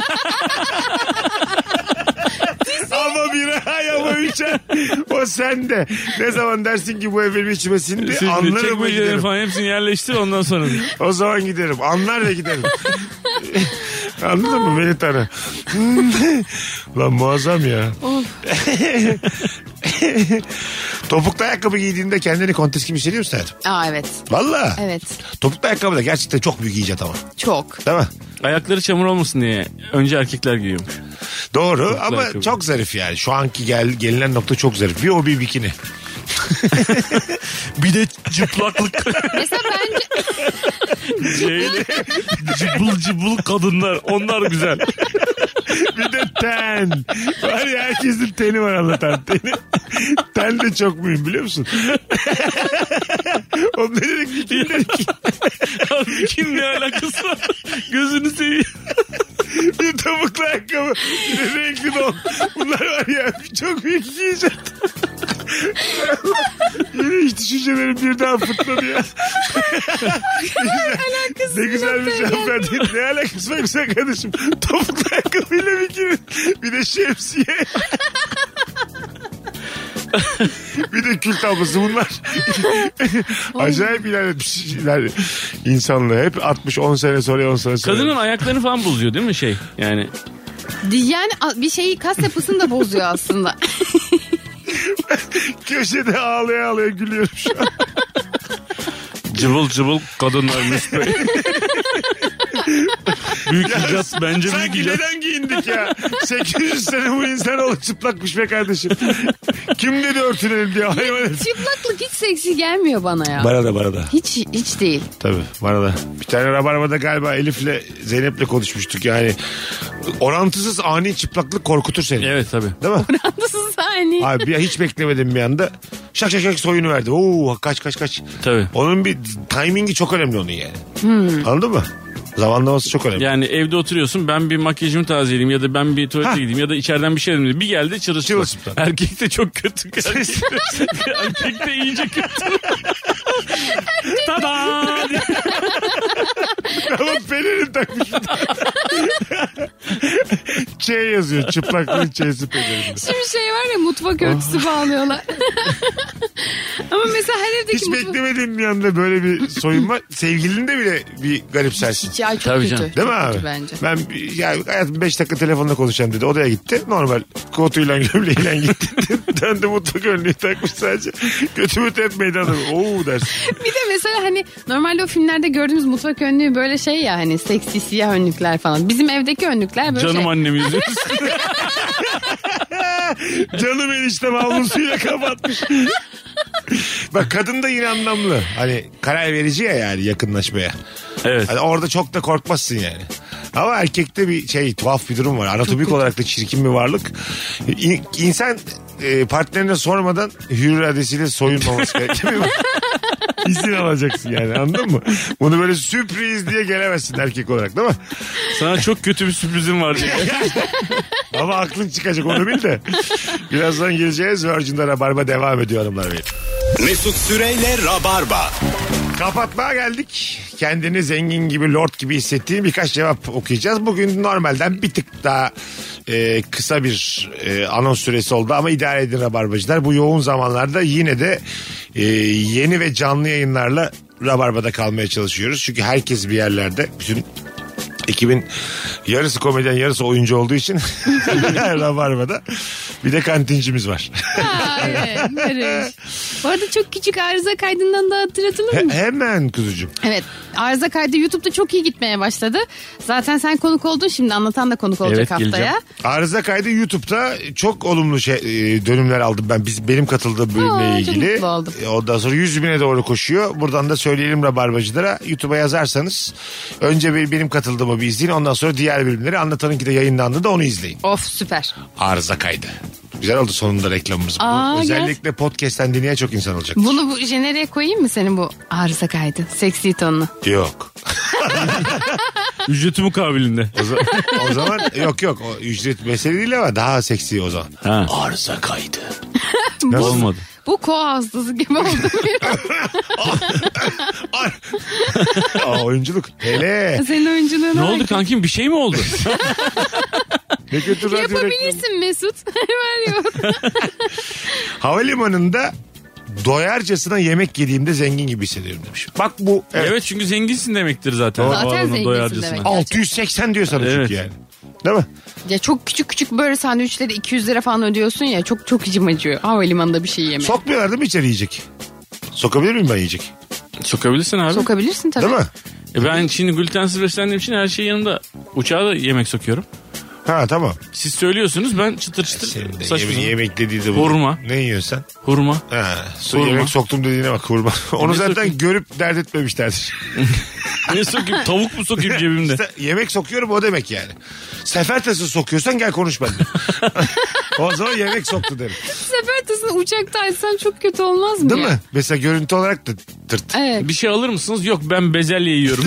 Ama bir ay ama üç ay. O sende. Ne zaman dersin ki bu ev benim içime sindi Şimdi anlarım ve çekmecelerini giderim. falan hepsini yerleştir ondan sonra. O zaman giderim. Anlar ve giderim. Anladın mı beni tanı? Lan muazzam ya. Topuklu ayakkabı giydiğinde kendini kontes gibi hissediyor musun hayatım? Aa evet. Valla. Evet. Topuklu ayakkabı da gerçekten çok büyük icat ama. Çok. Değil mi? Ayakları çamur olmasın diye önce erkekler giyiyormuş. Doğru ama ayakkabı. çok zarif yani. Şu anki gel, gelinen nokta çok zarif. Bir o bir bikini. Bir de çıplaklık. Mesela bence Şeyle cıbıl cıbıl kadınlar, onlar güzel. Bir de ten. Var ya herkesin teni var anlatan teni. Ten de çok mühim biliyor musun? O ne dedik bikini dedik. Abi kim ne alakası var? Gözünü seveyim. Bir topuklu ayakkabı. Bir de renkli don. Bunlar var ya çok büyük iki icat. Yine hiç düşüncelerim birden fırtladı ya. Ne güzel bir cevap verdin. Ne alakası var güzel kardeşim? Topuklu ayakkabıyla bikini. Bir de şemsiye. Bir de kül tablosu bunlar. Acayip ilerletmişler insanlığı. Hep altmış on sene sonra on sene sonra. Kadının ayaklarını falan bozuyor değil mi şey? Yani Yani bir şeyi kas yapısını da bozuyor aslında. Köşede ağlaya ağlaya gülüyorum şu an. Cıvıl cıvıl kadınlar Mesut Bey. Büyük icat bence büyük Sanki icat. neden giyindik ya? sekiz yüz sene bu insanoğlu çıplakmış be kardeşim. Kim dedi örtünelim diye hayvan herif. Çıplaklık hiç seksi gelmiyor bana ya. Bana da bana da. Hiç hiç değil. Tabii bana da. Bir tane Rabarba'da galiba Elif'le Zeynep'le konuşmuştuk yani. Orantısız ani çıplaklık korkutur seni. Evet tabii. Değil mi? Orantısız hani. Abi bir hiç beklemedim bir anda. Şak şak şak soyunu verdi. Oo kaç kaç kaç. Tabii. Onun bir timingi çok önemli onun yani. Hmm. Anladın mı? Zamanlaması çok önemli. Yani evde oturuyorsun, ben bir makyajımı tazeleyeyim ya da ben bir tuvalete Ha. gideyim ya da içeriden bir şey dedim. Bir geldi çırılçıplak. Çırılçıplak. Erkek de çok kötü. Erkek, erkek de iyice kötü. Tada! Ama pelerin takmış. Ç yazıyor. Çıplaklığın Ç'si pelerinde. Şimdi şey var ya, mutfak örtüsü bağlıyorlar. Ama mesela her evdeki Hiç mutfak... beklemediğim bir anda böyle bir soyunma. Sevgilinde bile bir garipsersin. Hiç ya, çok Tabii kötü. canım. Değil mi Çok abi? kötü bence. Ben ya hayatım beş dakika telefonla konuşacağım dedi. Odaya gitti. Normal kotuyla gömleğiyle gitti. Döndü mutfak önlüğü takmış sadece. Götümü tep meydana. Oo dersin. Bir de mesela hani normalde o filmlerde gördüğümüz mutfak önlüğü böyle şey ya, hani seksi siyah önlükler falan. Bizim evdeki önlükler böyle Canım şey. annem yüzü. Canım eniştem havlusuyla kapatmış. Bak kadın da yine anlamlı. Hani karar verici ya yani yakınlaşmaya. Evet. Hani orada çok da korkmazsın yani. Ama erkekte bir şey tuhaf bir durum var. Anatomik olarak da çirkin bir varlık. İ- İnsan e, partnerine sormadan hür iradesiyle soyunmaması gerekiyor. İzin alacaksın yani, anladın mı? Bunu böyle sürpriz diye gelemezsin erkek olarak, değil mi? Sana çok kötü bir sürprizim var diye. Ama aklın çıkacak, onu bil de. Birazdan geleceğiz. Virgin'de Rabarba devam ediyor hanımlar beyler. Mesut Süreyle Rabarba. Kapatmaya geldik. Kendini zengin gibi, lord gibi hissettiğin birkaç cevap okuyacağız. Bugün normalden bir tık daha e, kısa bir e, anons süresi oldu ama idare edin Rabarbacılar. Bu yoğun zamanlarda yine de e, yeni ve canlı yayınlarla Rabarba'da kalmaya çalışıyoruz. Çünkü herkes bir yerlerde, bütün ekibin yarısı komedyen yarısı oyuncu olduğu için Rabarba'da bir de kantincimiz var. Ha, evet, Barış. Bu arada çok küçük arıza kaydından da hatırlatılır mı? He- hemen kuzucuğum. Evet, arıza kaydı YouTube'da çok iyi gitmeye başladı. Zaten sen konuk oldun, şimdi anlatan da konuk olacak Evet, haftaya. geleceğim. Arıza kaydı YouTube'da çok olumlu şey, e, dönümler aldım ben. Biz benim katıldığım bölümle Aa, çok ilgili. mutlu oldum. E, Ondan sonra yüz bine doğru koşuyor. Buradan da söyleyelim Rabarbacılara. YouTube'a yazarsanız önce bir- benim katıldığımı bir izleyin. Ondan sonra diğer bölümleri, anlatanınki de yayınlandı da onu izleyin. Of, süper. Arıza kaydı. Güzel oldu sonunda reklamımız. Bu. Aa, Özellikle podcast'ten dinleyen çok insan olacak. Bunu bu jeneriğe koyayım mı senin bu arıza kaydı? Seksi tonunu. Yok. Ücreti mukabilinde. O, za- o zaman yok yok. O ücret mesele değil ama daha seksi o zaman. Ha. Arıza kaydı. Bu, Olmadı. bu koa hastası gibi oldu. Ar- Aa, oyunculuk. Hele. Senin oyunculuğuna Ne bak. oldu kankim, bir şey mi oldu? Ne kötü radyo reklamı. Yapabilirsin Mesut. Var yok. Havalimanında doyarcasına yemek yediğimde zengin gibi hissediyorum demiş. Bak bu evet. evet. çünkü zenginsin demektir zaten. Zaten Havaalanı zenginsin doyarcasına. demek. altı yüz seksen diyor sana Evet. çünkü yani. Değil mi? Ya çok küçük küçük böyle sandviçleri iki yüz lira falan ödüyorsun ya, çok çok içim acıyor havalimanında bir şey yemeye. Sokmuyorlar değil mi içeri yiyecek? Sokabilir miyim ben yiyecek? Sokabilirsin abi. Sokabilirsin tabii. Değil mi? E ben şimdi glutensiz beslendiğim için her şeyi yanımda. Uçağa da yemek sokuyorum. Ha tamam. Siz söylüyorsunuz, ben çıtır çıtır Senin de saçma. yemek, yemek dediği de bu. Hurma. Ne yiyorsun sen? Hurma. Ha, su Hurma. yemek soktum dediğine bak, hurma. Onu Ne zaten sokayım? görüp dert etmemişlerdir. Ne sokayım? Tavuk mu sokayım cebimde? İşte yemek sokuyorum o demek yani. Sefertası sokuyorsan gel konuş benimle. O zaman yemek soktu derim. Sefertasını uçakta açsan çok kötü olmaz mı Değil ya? mi? Mesela görüntü olarak da tırt. Evet. Bir şey alır mısınız? Yok, ben bezelye yiyorum.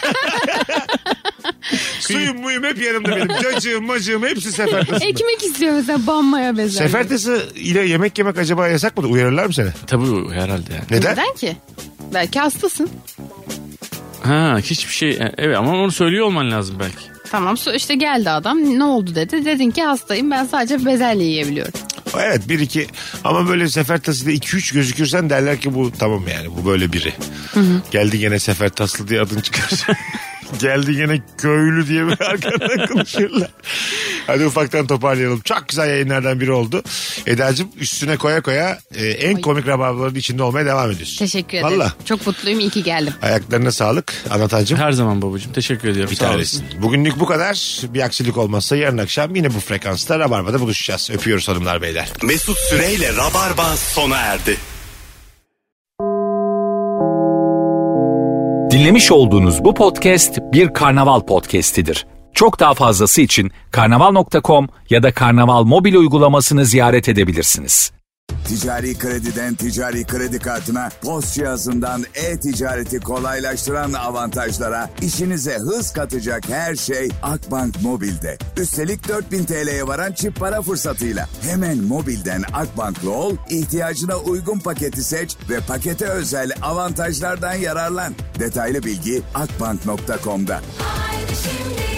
Suyum muyum hep yanımda benim. Cacığım macığım hepsi sefertasında. Ekmek istiyor mesela, banmaya bezelye. Sefertası ile yemek yemek acaba yasak mıdır? Uyarırlar mı seni? Tabii herhalde yani. Neden? Neden ki? Belki hastasın. Ha, hiçbir şey. Evet, ama onu söylüyor olman lazım belki. Tamam, so- işte geldi adam, ne oldu dedi. Dedin ki hastayım, ben sadece bezelye yiyebiliyorum. Evet bir iki ama böyle sefertasıyla iki üç gözükürsen derler ki bu tamam yani bu böyle biri. Hı hı. Geldi gene sefertaslı diye adın çıkar. Geldi gene köylü diye bir arkadan konuşurlar. Hadi ufaktan toparlayalım. Çok güzel yayınlardan biri oldu. Eda'cığım üstüne koya koya e, en Ay. komik rabarbaların içinde olmaya devam ediyorsun. Teşekkür ederim. Valla. Çok mutluyum. İyi ki geldim. Ayaklarına sağlık. Anlatancığım. Her zaman babacığım. Teşekkür ediyorum. Bir Sağ tanesi. olasın. Bugünlük bu kadar. Bir aksilik olmazsa yarın akşam yine bu frekansta Rabarba'da buluşacağız. Öpüyoruz hanımlar beyler. Mesut Süreyle Rabarba sona erdi. Dinlemiş olduğunuz bu podcast bir karnaval podcastidir. Çok daha fazlası için karnaval nokta com ya da karnaval mobil uygulamasını ziyaret edebilirsiniz. Ticari krediden ticari kredi kartına, post cihazından e-ticareti kolaylaştıran avantajlara, işinize hız katacak her şey Akbank Mobil'de. Üstelik dört bin T L'ye varan çift para fırsatıyla. Hemen mobilden Akbank'lı ol, ihtiyacına uygun paketi seç ve pakete özel avantajlardan yararlan. Detaylı bilgi akbank nokta com'da. Haydi şimdi